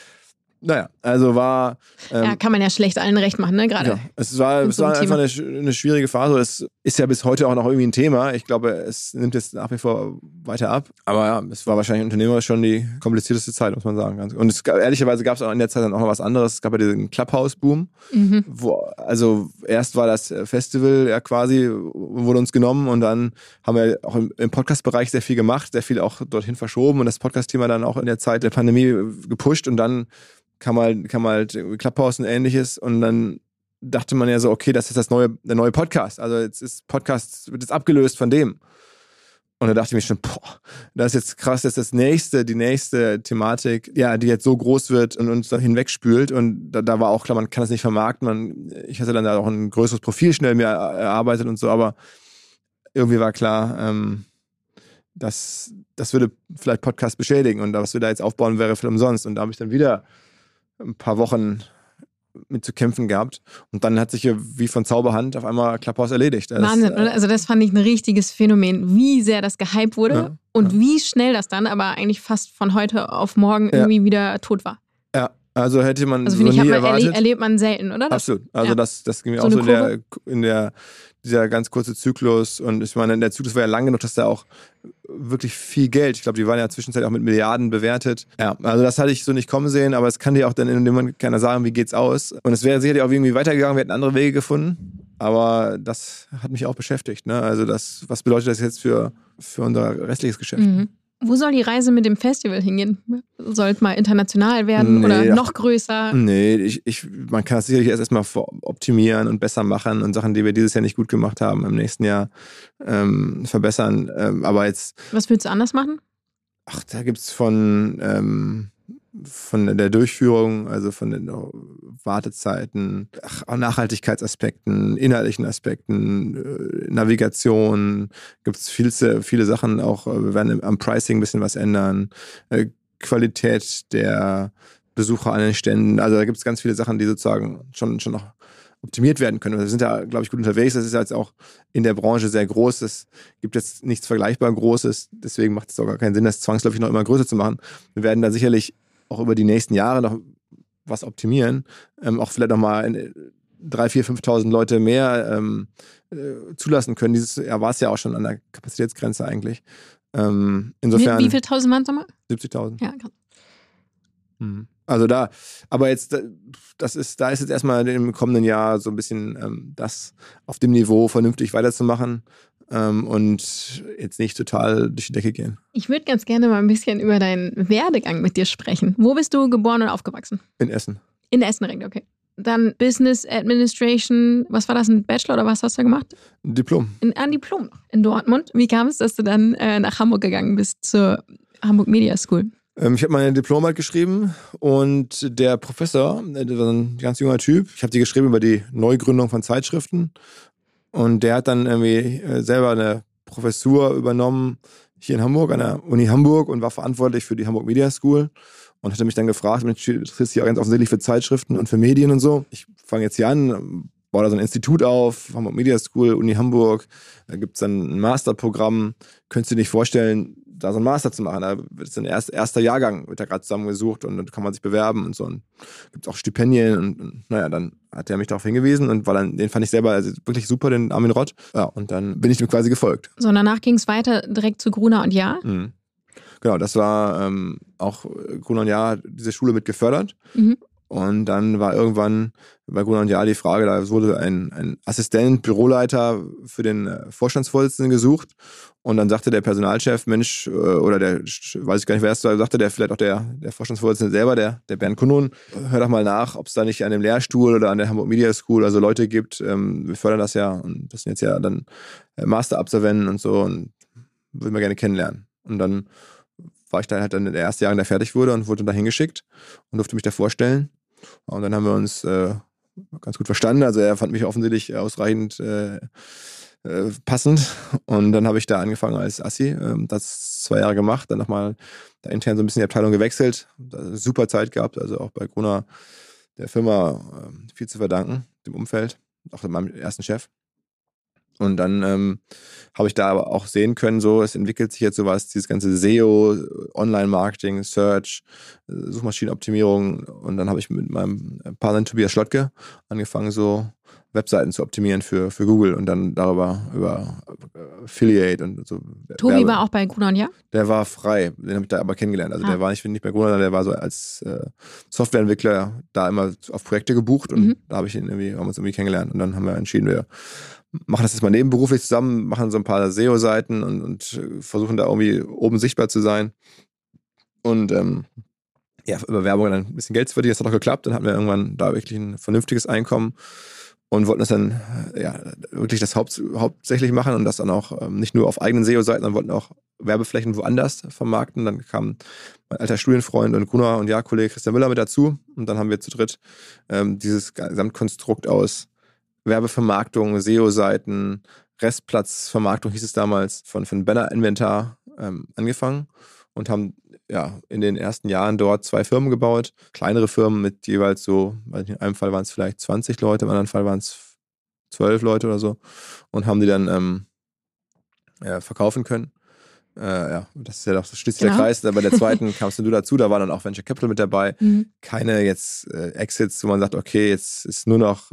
war... kann man ja schlecht allen recht machen, ne? Gerade. Ja, es war einfach eine schwierige Phase. Es ist ja bis heute auch noch irgendwie ein Thema. Ich glaube, es nimmt jetzt nach wie vor weiter ab. Aber ja, es war wahrscheinlich unternehmerisch schon die komplizierteste Zeit, muss man sagen. Und ehrlicherweise gab es auch in der Zeit dann auch noch was anderes. Es gab ja diesen Clubhouse-Boom. Also erst war das Festival ja quasi, wurde uns genommen und dann haben wir auch im Podcast-Bereich sehr viel gemacht, sehr viel auch dorthin verschoben und das Podcast-Thema dann auch in der Zeit der Pandemie gepusht und dann kam halt Clubhouse und Ähnliches und dann dachte man ja so, okay, das ist der neue Podcast. Also Podcast wird jetzt abgelöst von dem. Und da dachte ich mir schon, das ist jetzt krass, das ist die nächste Thematik, die jetzt so groß wird und uns dann hinwegspült. Und da war auch klar, man kann das nicht vermarkten. Ich hatte dann da auch ein größeres Profil schnell mir erarbeitet und so, aber irgendwie war klar, das würde vielleicht Podcast beschädigen und was wir da jetzt aufbauen, wäre für umsonst. Und da habe ich dann wieder ein paar Wochen mit zu kämpfen gehabt. Und dann hat sich ja wie von Zauberhand auf einmal Clubhouse erledigt. Wahnsinn, oder? Also das fand ich ein richtiges Phänomen, wie sehr das gehypt wurde und wie schnell das dann aber eigentlich fast von heute auf morgen irgendwie wieder tot war. Ja, also hätte man also so nie erwartet. Erlebt man selten, oder? Absolut. Also das ging mir so auch so dieser ganz kurze Zyklus. Und ich meine, der Zyklus war ja lang genug, dass da auch wirklich viel Geld, ich glaube, die waren ja zwischenzeitlich auch mit Milliarden bewertet. Ja, also das hatte ich so nicht kommen sehen, aber es kann dir auch dann in dem Moment keiner sagen, wie geht's aus. Und es wäre sicherlich auch irgendwie weitergegangen, wir hätten andere Wege gefunden. Aber das hat mich auch beschäftigt. Ne? Also was bedeutet das jetzt für unser restliches Geschäft? Mhm. Wo soll die Reise mit dem Festival hingehen? Soll es mal international werden oder noch größer? Nee, man kann das sicherlich erstmal optimieren und besser machen und Sachen, die wir dieses Jahr nicht gut gemacht haben, im nächsten Jahr verbessern. Aber jetzt... Was willst du anders machen? Ach, da gibt es von der Durchführung, also von den Wartezeiten, Nachhaltigkeitsaspekten, inhaltlichen Aspekten, Navigation, gibt es viele Sachen auch. Wir werden am Pricing ein bisschen was ändern, Qualität der Besucher an den Ständen. Also da gibt es ganz viele Sachen, die sozusagen schon noch optimiert werden können. Wir sind da, glaube ich, gut unterwegs. Das ist jetzt auch in der Branche sehr groß. Es gibt jetzt nichts vergleichbar Großes. Deswegen macht es auch gar keinen Sinn, das zwangsläufig noch immer größer zu machen. Wir werden da sicherlich auch über die nächsten Jahre noch was optimieren. Auch vielleicht nochmal 3.000, 4.000, 5.000 Leute mehr zulassen können. Dieses Jahr war es ja auch schon an der Kapazitätsgrenze eigentlich. Insofern. Wie viel tausend waren es nochmal? 70.000. Ja, krass. Also aber jetzt, da ist jetzt erstmal im kommenden Jahr so ein bisschen das auf dem Niveau vernünftig weiterzumachen und jetzt nicht total durch die Decke gehen. Ich würde ganz gerne mal ein bisschen über deinen Werdegang mit dir sprechen. Wo bist du geboren und aufgewachsen? In Essen. In Essen direkt, okay. Dann Business Administration, was war das, ein Bachelor oder was hast du da gemacht? Ein Diplom. Ein Diplom in Dortmund. Wie kam es, dass du dann nach Hamburg gegangen bist, zur Hamburg Media School? Ich habe meine Diplomarbeit geschrieben und der Professor, der war ein ganz junger Typ, ich habe die geschrieben über die Neugründung von Zeitschriften und der hat dann irgendwie selber eine Professur übernommen hier in Hamburg, an der Uni Hamburg und war verantwortlich für die Hamburg Media School und hatte mich dann gefragt, Mensch, du interessierst dich auch ganz offensichtlich für Zeitschriften und für Medien und so. Ich fange jetzt hier an, baue da so ein Institut auf, Hamburg Media School, Uni Hamburg, da gibt es dann ein Masterprogramm, könntest du dir nicht vorstellen, da so einen Master zu machen. Da wird es ein erster Jahrgang, wird da gerade zusammengesucht und dann kann man sich bewerben und so. Und gibt es auch Stipendien und naja, dann hat er mich darauf hingewiesen und den fand ich selber wirklich super, den Armin Rott. Ja, und dann bin ich ihm quasi gefolgt. So, und danach ging es weiter direkt zu Gruner und Jahr? Mhm. Genau, das war auch Gruner und Jahr, diese Schule mit gefördert. Mhm. Und dann war irgendwann bei Gruner und Jahr die Frage, da wurde ein Assistent, Büroleiter für den Vorstandsvorsitzenden gesucht. Und dann sagte der Personalchef, Mensch, oder weiß ich gar nicht, wer es war, sagte der vielleicht auch der Vorstandsvorsitzende selber, der Bernd Kunun, hör doch mal nach, ob es da nicht an dem Lehrstuhl oder an der Hamburg Media School also Leute gibt. Wir fördern das ja und das sind jetzt ja dann Masterabsolventen und so und würden wir gerne kennenlernen. Und dann war ich da halt dann der erste Jahrgang, der fertig wurde und wurde da hingeschickt und durfte mich da vorstellen. Und dann haben wir uns ganz gut verstanden. Also er fand mich offensichtlich ausreichend passend. Und dann habe ich da angefangen als Assi. Das 2 Jahre gemacht, dann nochmal da intern so ein bisschen die Abteilung gewechselt. Super Zeit gehabt, also auch bei Gruner, der Firma, viel zu verdanken, dem Umfeld, auch meinem ersten Chef. Und dann habe ich da aber auch sehen können, so es entwickelt sich jetzt sowas, dieses ganze SEO, Online-Marketing, Search, Suchmaschinenoptimierung. Und dann habe ich mit meinem Partner Tobias Schlottke angefangen, so Webseiten zu optimieren für Google und dann darüber über Affiliate und so. Tobi war auch bei Gruner und Jahr? Der war frei, den habe ich da aber kennengelernt. Also der war nicht bei Gruner, der war so als Softwareentwickler da immer auf Projekte gebucht und da haben wir uns irgendwie kennengelernt und dann haben wir entschieden, wir machen das jetzt mal nebenberuflich zusammen, machen so ein paar SEO-Seiten und versuchen da irgendwie oben sichtbar zu sein und über Werbung dann ein bisschen Geld zu verdienen. Das hat auch geklappt, dann hatten wir irgendwann da wirklich ein vernünftiges Einkommen und wollten das dann wirklich das hauptsächlich machen und das dann auch nicht nur auf eigenen SEO-Seiten, sondern wollten auch Werbeflächen woanders vermarkten. Dann kam mein alter Studienfreund und Gruner und Jahr-Kollege Christian Müller mit dazu und dann haben wir zu dritt dieses Gesamtkonstrukt aus Werbevermarktung, SEO-Seiten, Restplatzvermarktung hieß es damals, von Banner-Inventar angefangen und haben in den ersten Jahren dort 2 Firmen gebaut. Kleinere Firmen mit jeweils so, in einem Fall waren es vielleicht 20 Leute, im anderen Fall waren es 12 Leute oder so und haben die dann verkaufen können. Das ist ja doch, so schließt sich der Kreis. Bei der zweiten kamst du dazu, da war dann auch Venture Capital mit dabei. Keine jetzt Exits, wo man sagt, okay, jetzt ist nur noch,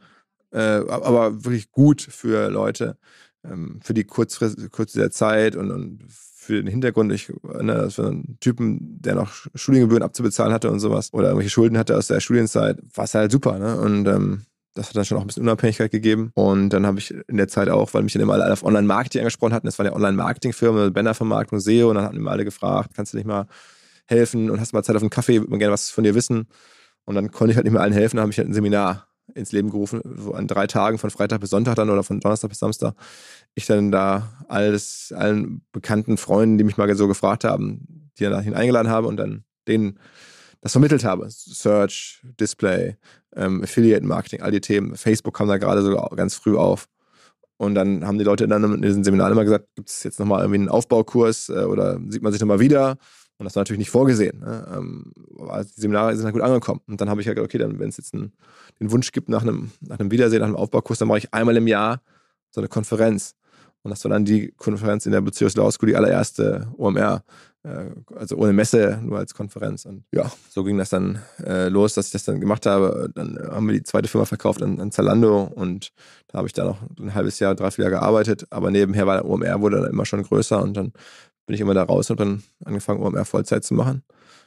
aber wirklich gut für Leute, für die Kurze der Zeit und für den Hintergrund. Das war ein Typen, der noch Studiengebühren abzubezahlen hatte und sowas oder irgendwelche Schulden hatte aus der Studienzeit, war es halt super. Ne? Und das hat dann schon auch ein bisschen Unabhängigkeit gegeben. Und dann habe ich in der Zeit auch, weil mich dann immer alle auf Online-Marketing angesprochen hatten, das waren ja Online-Marketing-Firmen, Bannervermarktung, SEO, und dann hatten immer alle gefragt, kannst du nicht mal helfen und hast du mal Zeit auf einen Kaffee, würde man gerne was von dir wissen. Und dann konnte ich halt nicht mehr allen helfen, dann habe ich halt ein Seminar ins Leben gerufen, so an 3 Tagen, von Freitag bis Sonntag dann oder von Donnerstag bis Samstag. Ich dann da allen bekannten Freunden, die mich mal so gefragt haben, die dann eingeladen habe und dann denen das vermittelt habe. Search, Display, Affiliate Marketing, all die Themen. Facebook kam da gerade so ganz früh auf. Und dann haben die Leute dann in diesen Seminaren immer gesagt, gibt es jetzt nochmal irgendwie einen Aufbaukurs oder sieht man sich nochmal wieder? Und das war natürlich nicht vorgesehen. Ne? Aber die Seminare sind halt gut angekommen. Und dann habe ich halt gedacht, okay, dann, wenn es jetzt den Wunsch gibt nach einem Wiedersehen, nach einem Aufbaukurs, dann mache ich einmal im Jahr so eine Konferenz. Und das war dann die Konferenz in der Bucerius Law School, die allererste OMR, also ohne Messe, nur als Konferenz. Und ja, so ging das dann los, dass ich das dann gemacht habe. Dann haben wir die zweite Firma verkauft an Zalando und da habe ich da noch ein halbes Jahr, 3-4 Jahre gearbeitet. Aber nebenher war der OMR, wurde dann immer schon größer und dann bin ich immer da raus und habe dann angefangen, OMR Vollzeit zu machen.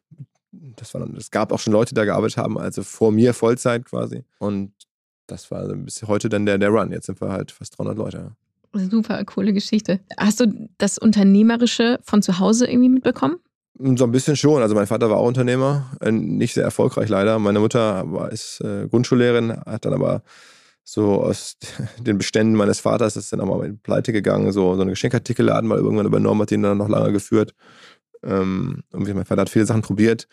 Es gab auch schon Leute, die da gearbeitet haben, also vor mir Vollzeit quasi. Und das war bis heute dann der Run. Jetzt sind wir halt fast 300 Leute. Super coole Geschichte. Hast du das Unternehmerische von zu Hause irgendwie mitbekommen? So ein bisschen schon. Also mein Vater war auch Unternehmer, nicht sehr erfolgreich leider. Meine Mutter ist Grundschullehrerin, hat dann aber so aus den Beständen meines Vaters ist dann auch mal in Pleite gegangen, so einen Geschenkartikelladen mal irgendwann übernommen, hat den dann noch lange geführt. Mein Vater hat viele Sachen probiert,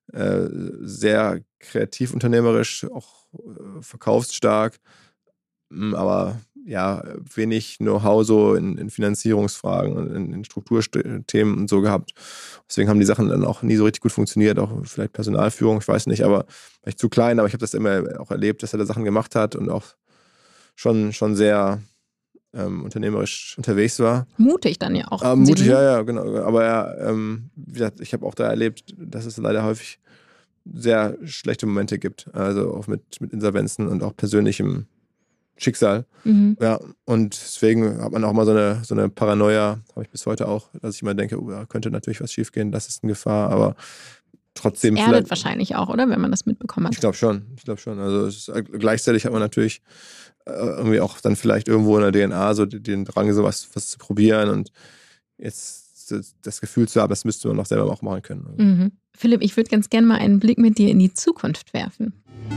sehr kreativ unternehmerisch, auch verkaufsstark, aber ja, wenig Know-how so in Finanzierungsfragen und in Strukturthemen und so gehabt. Deswegen haben die Sachen dann auch nie so richtig gut funktioniert, auch vielleicht Personalführung, ich weiß nicht, aber vielleicht zu klein, aber ich habe das immer auch erlebt, dass er da Sachen gemacht hat und auch schon sehr unternehmerisch unterwegs war. Mutig dann ja auch. Mutig, ja, genau. Aber wie gesagt, ich habe auch da erlebt, dass es leider häufig sehr schlechte Momente gibt. Also auch mit Insolvenzen und auch persönlichem Schicksal. Ja, und deswegen hat man auch mal so eine Paranoia, habe ich bis heute auch, dass ich immer denke, da könnte natürlich was schiefgehen, das ist eine Gefahr, aber trotzdem. Das erdet wahrscheinlich auch, oder? Wenn man das mitbekommen hat. Ich glaube schon. Also gleichzeitig hat man natürlich irgendwie auch dann vielleicht irgendwo in der DNA so den Drang, sowas zu probieren und jetzt das Gefühl zu haben, das müsste man noch selber auch machen können. Philipp, ich würde ganz gerne mal einen Blick mit dir in die Zukunft werfen.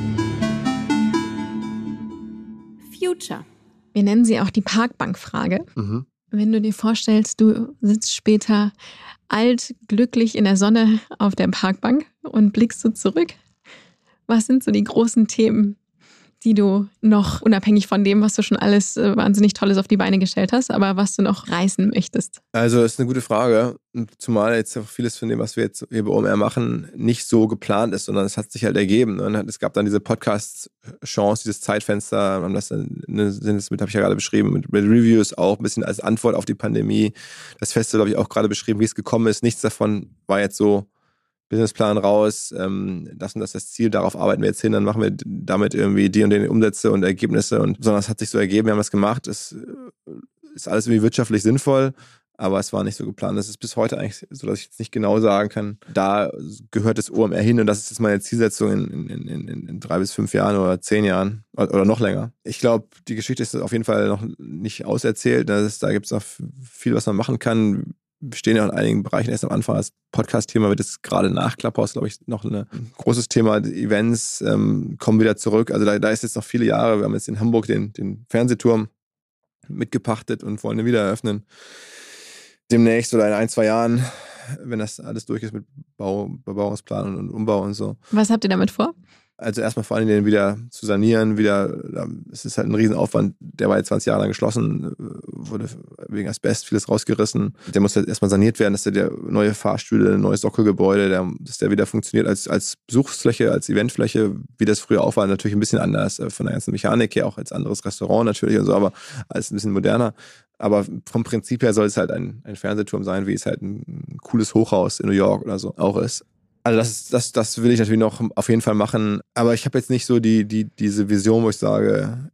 Future. Wir nennen sie auch die Parkbank-Frage. Wenn du dir vorstellst, du sitzt später alt, glücklich in der Sonne auf der Parkbank und blickst so zurück, was sind so die großen Themen, die du noch, unabhängig von dem, was du schon alles wahnsinnig Tolles auf die Beine gestellt hast, aber was du noch reißen möchtest? Also das ist eine gute Frage, zumal jetzt auch vieles von dem, was wir jetzt hier bei OMR machen, nicht so geplant ist, sondern es hat sich halt ergeben. Ne? Es gab dann diese Podcast-Chance, dieses Zeitfenster, habe ich ja gerade beschrieben, mit Reviews auch ein bisschen als Antwort auf die Pandemie. Das Festival habe ich auch gerade beschrieben, wie es gekommen ist. Nichts davon war jetzt so Businessplan raus, das und das Ziel, darauf arbeiten wir jetzt hin, dann machen wir damit irgendwie die und die Umsätze und Ergebnisse, sondern es hat sich so ergeben, wir haben das gemacht, es ist alles irgendwie wirtschaftlich sinnvoll, aber es war nicht so geplant. Das ist bis heute eigentlich so, dass ich jetzt nicht genau sagen kann, da gehört das OMR hin und das ist jetzt meine Zielsetzung in 3 bis 5 Jahren oder 10 Jahren oder noch länger. Ich glaube, die Geschichte ist auf jeden Fall noch nicht auserzählt, da gibt es noch viel, was man machen kann. Wir stehen ja in einigen Bereichen erst am Anfang. Das Podcast-Thema wird jetzt gerade nach Clubhouse, glaube ich, noch ein großes Thema. Die Events kommen wieder zurück. Also da ist jetzt noch viele Jahre. Wir haben jetzt in Hamburg den Fernsehturm mitgepachtet und wollen ihn wieder eröffnen. Demnächst oder in 1-2 Jahren, wenn das alles durch ist mit Bebauungsplan und Umbau und so. Was habt ihr damit vor? Also erstmal vor allem den wieder zu sanieren, es ist halt ein Riesenaufwand, der war jetzt 20 Jahre lang geschlossen, wurde wegen Asbest vieles rausgerissen. Der muss halt erstmal saniert werden, dass der neue Fahrstühle, neues Sockelgebäude, dass der wieder funktioniert als Besuchsfläche, als Eventfläche, wie das früher auch war, natürlich ein bisschen anders von der ganzen Mechanik her, auch als anderes Restaurant natürlich und so, aber alles ein bisschen moderner. Aber vom Prinzip her soll es halt ein Fernsehturm sein, wie es halt ein cooles Hochhaus in New York oder so auch ist. Also das will ich natürlich noch auf jeden Fall machen. Aber ich habe jetzt nicht so diese Vision, wo ich sage,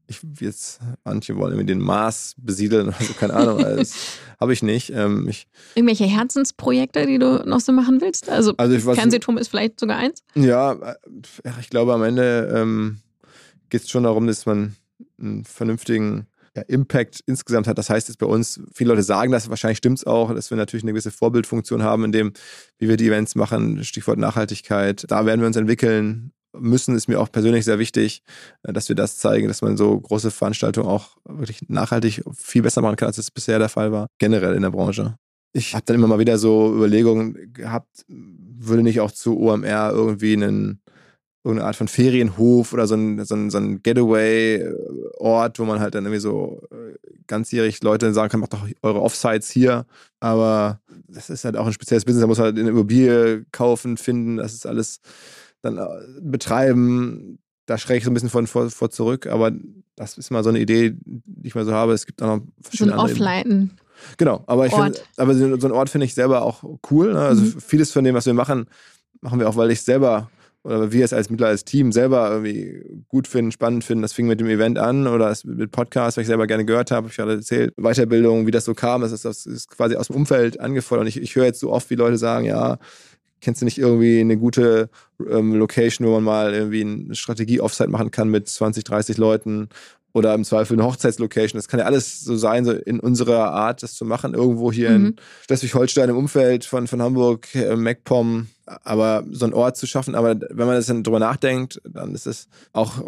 manche wollen irgendwie den Mars besiedeln oder so, keine Ahnung. Also das habe ich nicht. Irgendwelche Herzensprojekte, die du noch so machen willst? Also Fernsehturm ist vielleicht sogar eins? Ja, ich glaube am Ende geht es schon darum, dass man einen vernünftigen Impact insgesamt hat. Das heißt jetzt bei uns, viele Leute sagen das, wahrscheinlich stimmt es auch, dass wir natürlich eine gewisse Vorbildfunktion haben in dem, wie wir die Events machen, Stichwort Nachhaltigkeit. Da werden wir uns entwickeln müssen, ist mir auch persönlich sehr wichtig, dass wir das zeigen, dass man so große Veranstaltungen auch wirklich nachhaltig viel besser machen kann, als es bisher der Fall war, generell in der Branche. Ich habe dann immer mal wieder so Überlegungen gehabt, würde nicht auch zu OMR irgendwie irgendeine Art von Ferienhof oder so ein Getaway-Ort, wo man halt dann irgendwie so ganzjährig Leute sagen kann, macht doch eure Offsites hier. Aber das ist halt auch ein spezielles Business, da muss man halt eine Immobilie kaufen, finden, das ist alles dann betreiben. Da schrecke ich so ein bisschen vor zurück, aber das ist mal so eine Idee, die ich mal so habe. Es gibt auch noch verschiedene so ein Offline. Genau, aber so ein Ort finde ich selber auch cool. Ne? Also vieles von dem, was wir machen wir auch, weil ich selber oder wir es als Team selber irgendwie gut finden, spannend finden. Das fing mit dem Event an oder mit Podcasts, was ich selber gerne gehört habe. Ich habe erzählt, Weiterbildung, wie das so kam. Das ist quasi aus dem Umfeld angefordert. Und ich höre jetzt so oft, wie Leute sagen, ja, kennst du nicht irgendwie eine gute Location, wo man mal irgendwie eine Strategie-Offsite machen kann mit 20, 30 Leuten oder im Zweifel eine Hochzeitslocation. Das kann ja alles so sein, so in unserer Art, das zu machen. Irgendwo hier in Schleswig-Holstein im Umfeld von Hamburg, MacPom, aber so einen Ort zu schaffen. Aber wenn man das dann drüber nachdenkt, dann ist es auch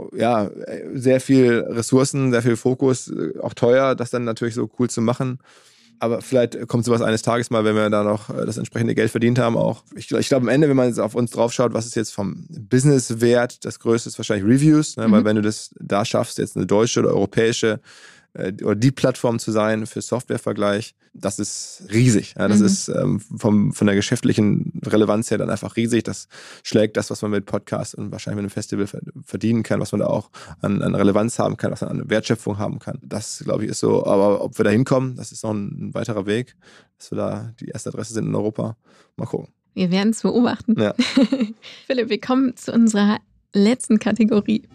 sehr viel Ressourcen, sehr viel Fokus, auch teuer, das dann natürlich so cool zu machen. Aber vielleicht kommt sowas eines Tages mal, wenn wir da noch das entsprechende Geld verdient haben auch. Ich glaube am Ende, wenn man jetzt auf uns drauf schaut, was ist jetzt vom Businesswert, das Größte ist wahrscheinlich Reviews, ne? Weil wenn du das da schaffst, jetzt eine deutsche oder europäische oder die Plattform zu sein für Softwarevergleich, das ist riesig. Ja, das ist von der geschäftlichen Relevanz her dann einfach riesig. Das schlägt das, was man mit Podcasts und wahrscheinlich mit einem Festival verdienen kann, was man da auch an Relevanz haben kann, was man an Wertschöpfung haben kann. Das, glaube ich, ist so. Aber ob wir da hinkommen, das ist noch ein weiterer Weg, dass wir da die erste Adresse sind in Europa. Mal gucken. Wir werden es beobachten. Ja. Philipp, wir kommen zu unserer letzten Kategorie.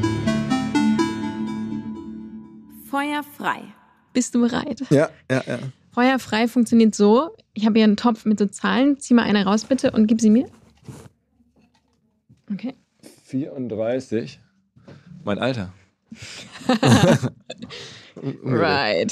Feuer frei. Bist du bereit? Ja. Feuer frei funktioniert so. Ich habe hier einen Topf mit so Zahlen. Zieh mal eine raus bitte und gib sie mir. Okay. 34. Mein Alter. Right.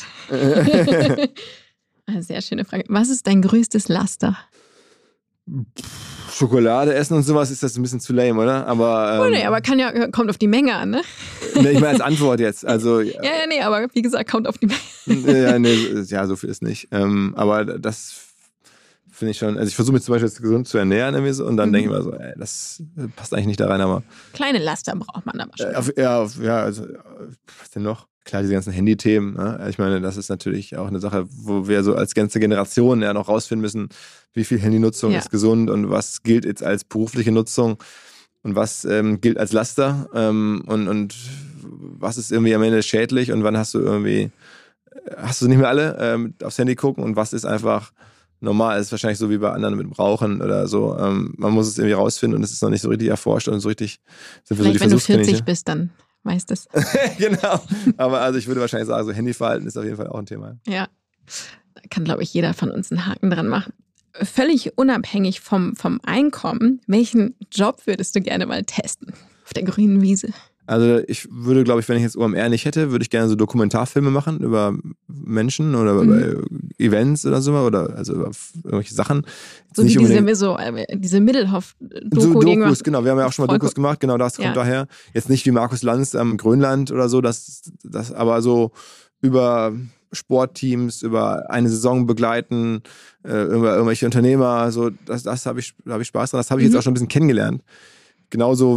Eine sehr schöne Frage. Was ist dein größtes Laster? Schokolade essen und sowas ist das ein bisschen zu lame, oder? Aber, aber kommt auf die Menge an, ne? Ne, ich meine als Antwort jetzt. Also, aber wie gesagt, kommt auf die Menge. Ja, so viel ist nicht. Aber das finde ich schon, also ich versuche mich zum Beispiel jetzt gesund zu ernähren irgendwie so, und dann denke ich mir so, das passt eigentlich nicht da rein, aber... Kleine Laster braucht man aber schon. Also was denn noch? Klar, diese ganzen Handy-Themen, ne? Ich meine, das ist natürlich auch eine Sache, wo wir so als ganze Generation ja noch rausfinden müssen, wie viel Handynutzung ist gesund und was gilt jetzt als berufliche Nutzung und was gilt als Laster und was ist irgendwie am Ende schädlich und wann hast du nicht mehr alle aufs Handy gucken und was ist einfach normal. Es ist wahrscheinlich so wie bei anderen mit dem Rauchen oder so. Man muss es irgendwie rausfinden und es ist noch nicht so richtig erforscht und so richtig... Vielleicht, wenn du 40 bist, dann weißt du es. Genau. Aber also ich würde wahrscheinlich sagen, so Handyverhalten ist auf jeden Fall auch ein Thema. Ja. Da kann, glaube ich, jeder von uns einen Haken dran machen. Völlig unabhängig vom Einkommen, welchen Job würdest du gerne mal testen? Auf der grünen Wiese. Also ich würde, glaube ich, wenn ich jetzt OMR nicht hätte, würde ich gerne so Dokumentarfilme machen über Menschen oder über Events oder so, oder also über irgendwelche Sachen. So nicht wie diese Middelhoff-Doku. So Dokus, genau. Wir haben ja auch schon mal Dokus gemacht, genau das kommt daher. Jetzt nicht wie Markus Lanz am Grönland oder so, das aber so über Sportteams, über eine Saison begleiten, über irgendwelche Unternehmer, so das habe ich Spaß dran. Das habe ich jetzt auch schon ein bisschen kennengelernt. Genauso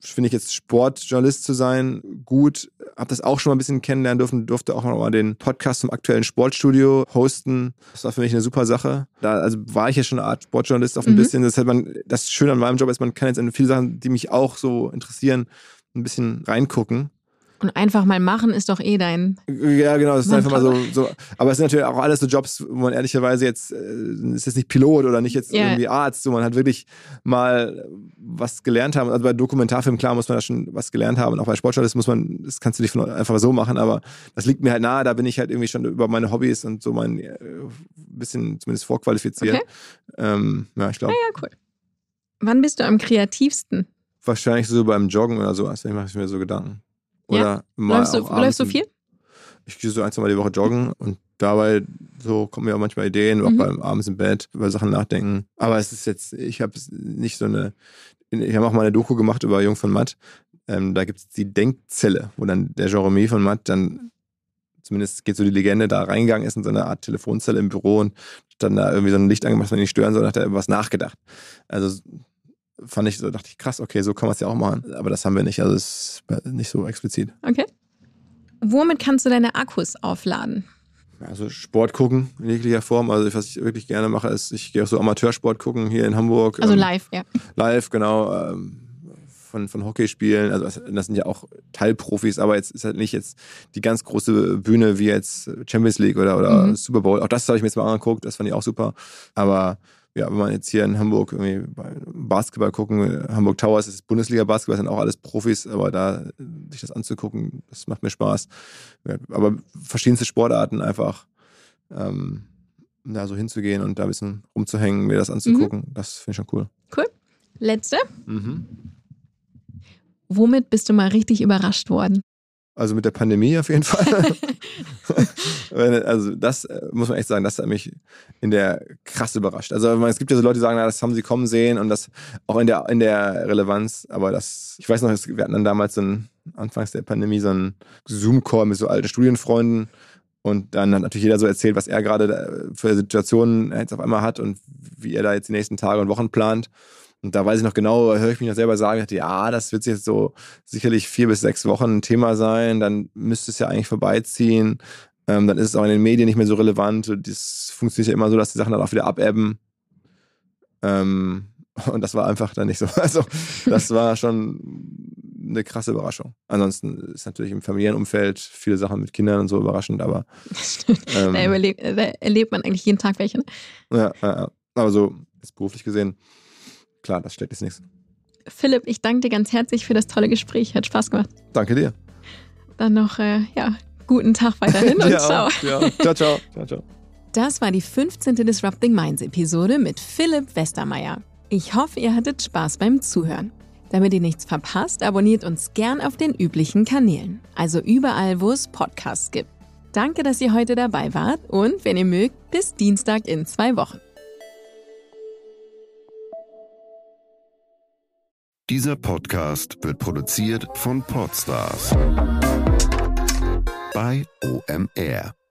finde ich jetzt Sportjournalist zu sein gut. Habe das auch schon mal ein bisschen kennenlernen dürfen, durfte auch noch mal den Podcast zum aktuellen Sportstudio hosten. Das war für mich eine super Sache. Da also war ich ja schon eine Art Sportjournalist auch ein bisschen. Das Schöne an meinem Job ist, man kann jetzt in viele Sachen, die mich auch so interessieren, ein bisschen reingucken. Und einfach mal machen ist doch dein... Ja, genau, das ist einfach mal so. Aber es sind natürlich auch alles so Jobs, wo man ehrlicherweise jetzt, ist jetzt nicht Pilot oder nicht jetzt irgendwie Arzt, wo man halt wirklich mal was gelernt haben. Also bei Dokumentarfilmen, klar, muss man da schon was gelernt haben. Und auch bei Sportjournalisten das kannst du nicht einfach so machen, aber das liegt mir halt nahe, da bin ich halt irgendwie schon über meine Hobbys und so mein bisschen zumindest vorqualifiziert. Okay. Ja, ich glaube. Ja, cool. Wann bist du am kreativsten? Wahrscheinlich so beim Joggen oder so, also mache ich mir so Gedanken. Oder mal läufst du viel? Ich gehe so 1-2 Mal die Woche joggen und dabei so kommen mir auch manchmal Ideen, auch beim abends im Bett über Sachen nachdenken. Aber es ist jetzt, ich habe nicht so ich habe auch mal eine Doku gemacht über Jung von Matt. Da gibt es die Denkzelle, wo dann der Jeremy von Matt dann, zumindest geht so die Legende, da reingegangen ist in so eine Art Telefonzelle im Büro und dann da irgendwie so ein Licht angemacht, was man nicht stören soll, und hat er über was nachgedacht. Also dachte ich, krass, okay, so kann man es ja auch machen. Aber das haben wir nicht, also es ist nicht so explizit. Okay. Womit kannst du deine Akkus aufladen? Also Sport gucken in jeglicher Form. Also was ich wirklich gerne mache, ist, ich gehe auch so Amateursport gucken hier in Hamburg. Also live, ja. Live, genau. Von Hockeyspielen. Also das sind ja auch Teilprofis, aber jetzt ist halt nicht jetzt die ganz große Bühne wie jetzt Champions League oder Super Bowl. Auch das habe ich mir jetzt mal angeguckt, das fand ich auch super. Aber ja, wenn man jetzt hier in Hamburg irgendwie bei Basketball gucken, Hamburg Towers ist Bundesliga-Basketball, sind auch alles Profis, aber da sich das anzugucken, das macht mir Spaß. Ja, aber verschiedenste Sportarten einfach da so hinzugehen und da ein bisschen rumzuhängen, mir das anzugucken, das finde ich schon cool. Cool. Letzte. Womit bist du mal richtig überrascht worden? Also mit der Pandemie auf jeden Fall. Also das muss man echt sagen, das hat mich in der krass überrascht. Also es gibt ja so Leute, die sagen, das haben sie kommen sehen und das auch in der Relevanz. Aber ich weiß noch, wir hatten dann damals anfangs der Pandemie so einen Zoom-Call mit so alten Studienfreunden und dann hat natürlich jeder so erzählt, was er gerade für Situationen jetzt auf einmal hat und wie er da jetzt die nächsten Tage und Wochen plant. Und da weiß ich noch genau, höre ich mich noch selber sagen, ich dachte, ja, das wird jetzt so sicherlich 4 bis 6 Wochen ein Thema sein, dann müsste es ja eigentlich vorbeiziehen, dann ist es auch in den Medien nicht mehr so relevant, das funktioniert ja immer so, dass die Sachen dann auch wieder abebben. Und das war einfach dann nicht so. Also das war schon eine krasse Überraschung. Ansonsten ist natürlich im Familienumfeld viele Sachen mit Kindern und so überraschend, aber da erlebt man eigentlich jeden Tag welche. Ne? Ja, aber so ist beruflich gesehen, klar, das schlägt jetzt nichts. Philipp, ich danke dir ganz herzlich für das tolle Gespräch. Hat Spaß gemacht. Danke dir. Dann noch, guten Tag weiterhin und ciao. Ciao. Das war die 15. Disrupting Minds Episode mit Philipp Westermeier. Ich hoffe, ihr hattet Spaß beim Zuhören. Damit ihr nichts verpasst, abonniert uns gern auf den üblichen Kanälen. Also überall, wo es Podcasts gibt. Danke, dass ihr heute dabei wart und, wenn ihr mögt, bis Dienstag in 2 Wochen. Dieser Podcast wird produziert von Podstars bei OMR.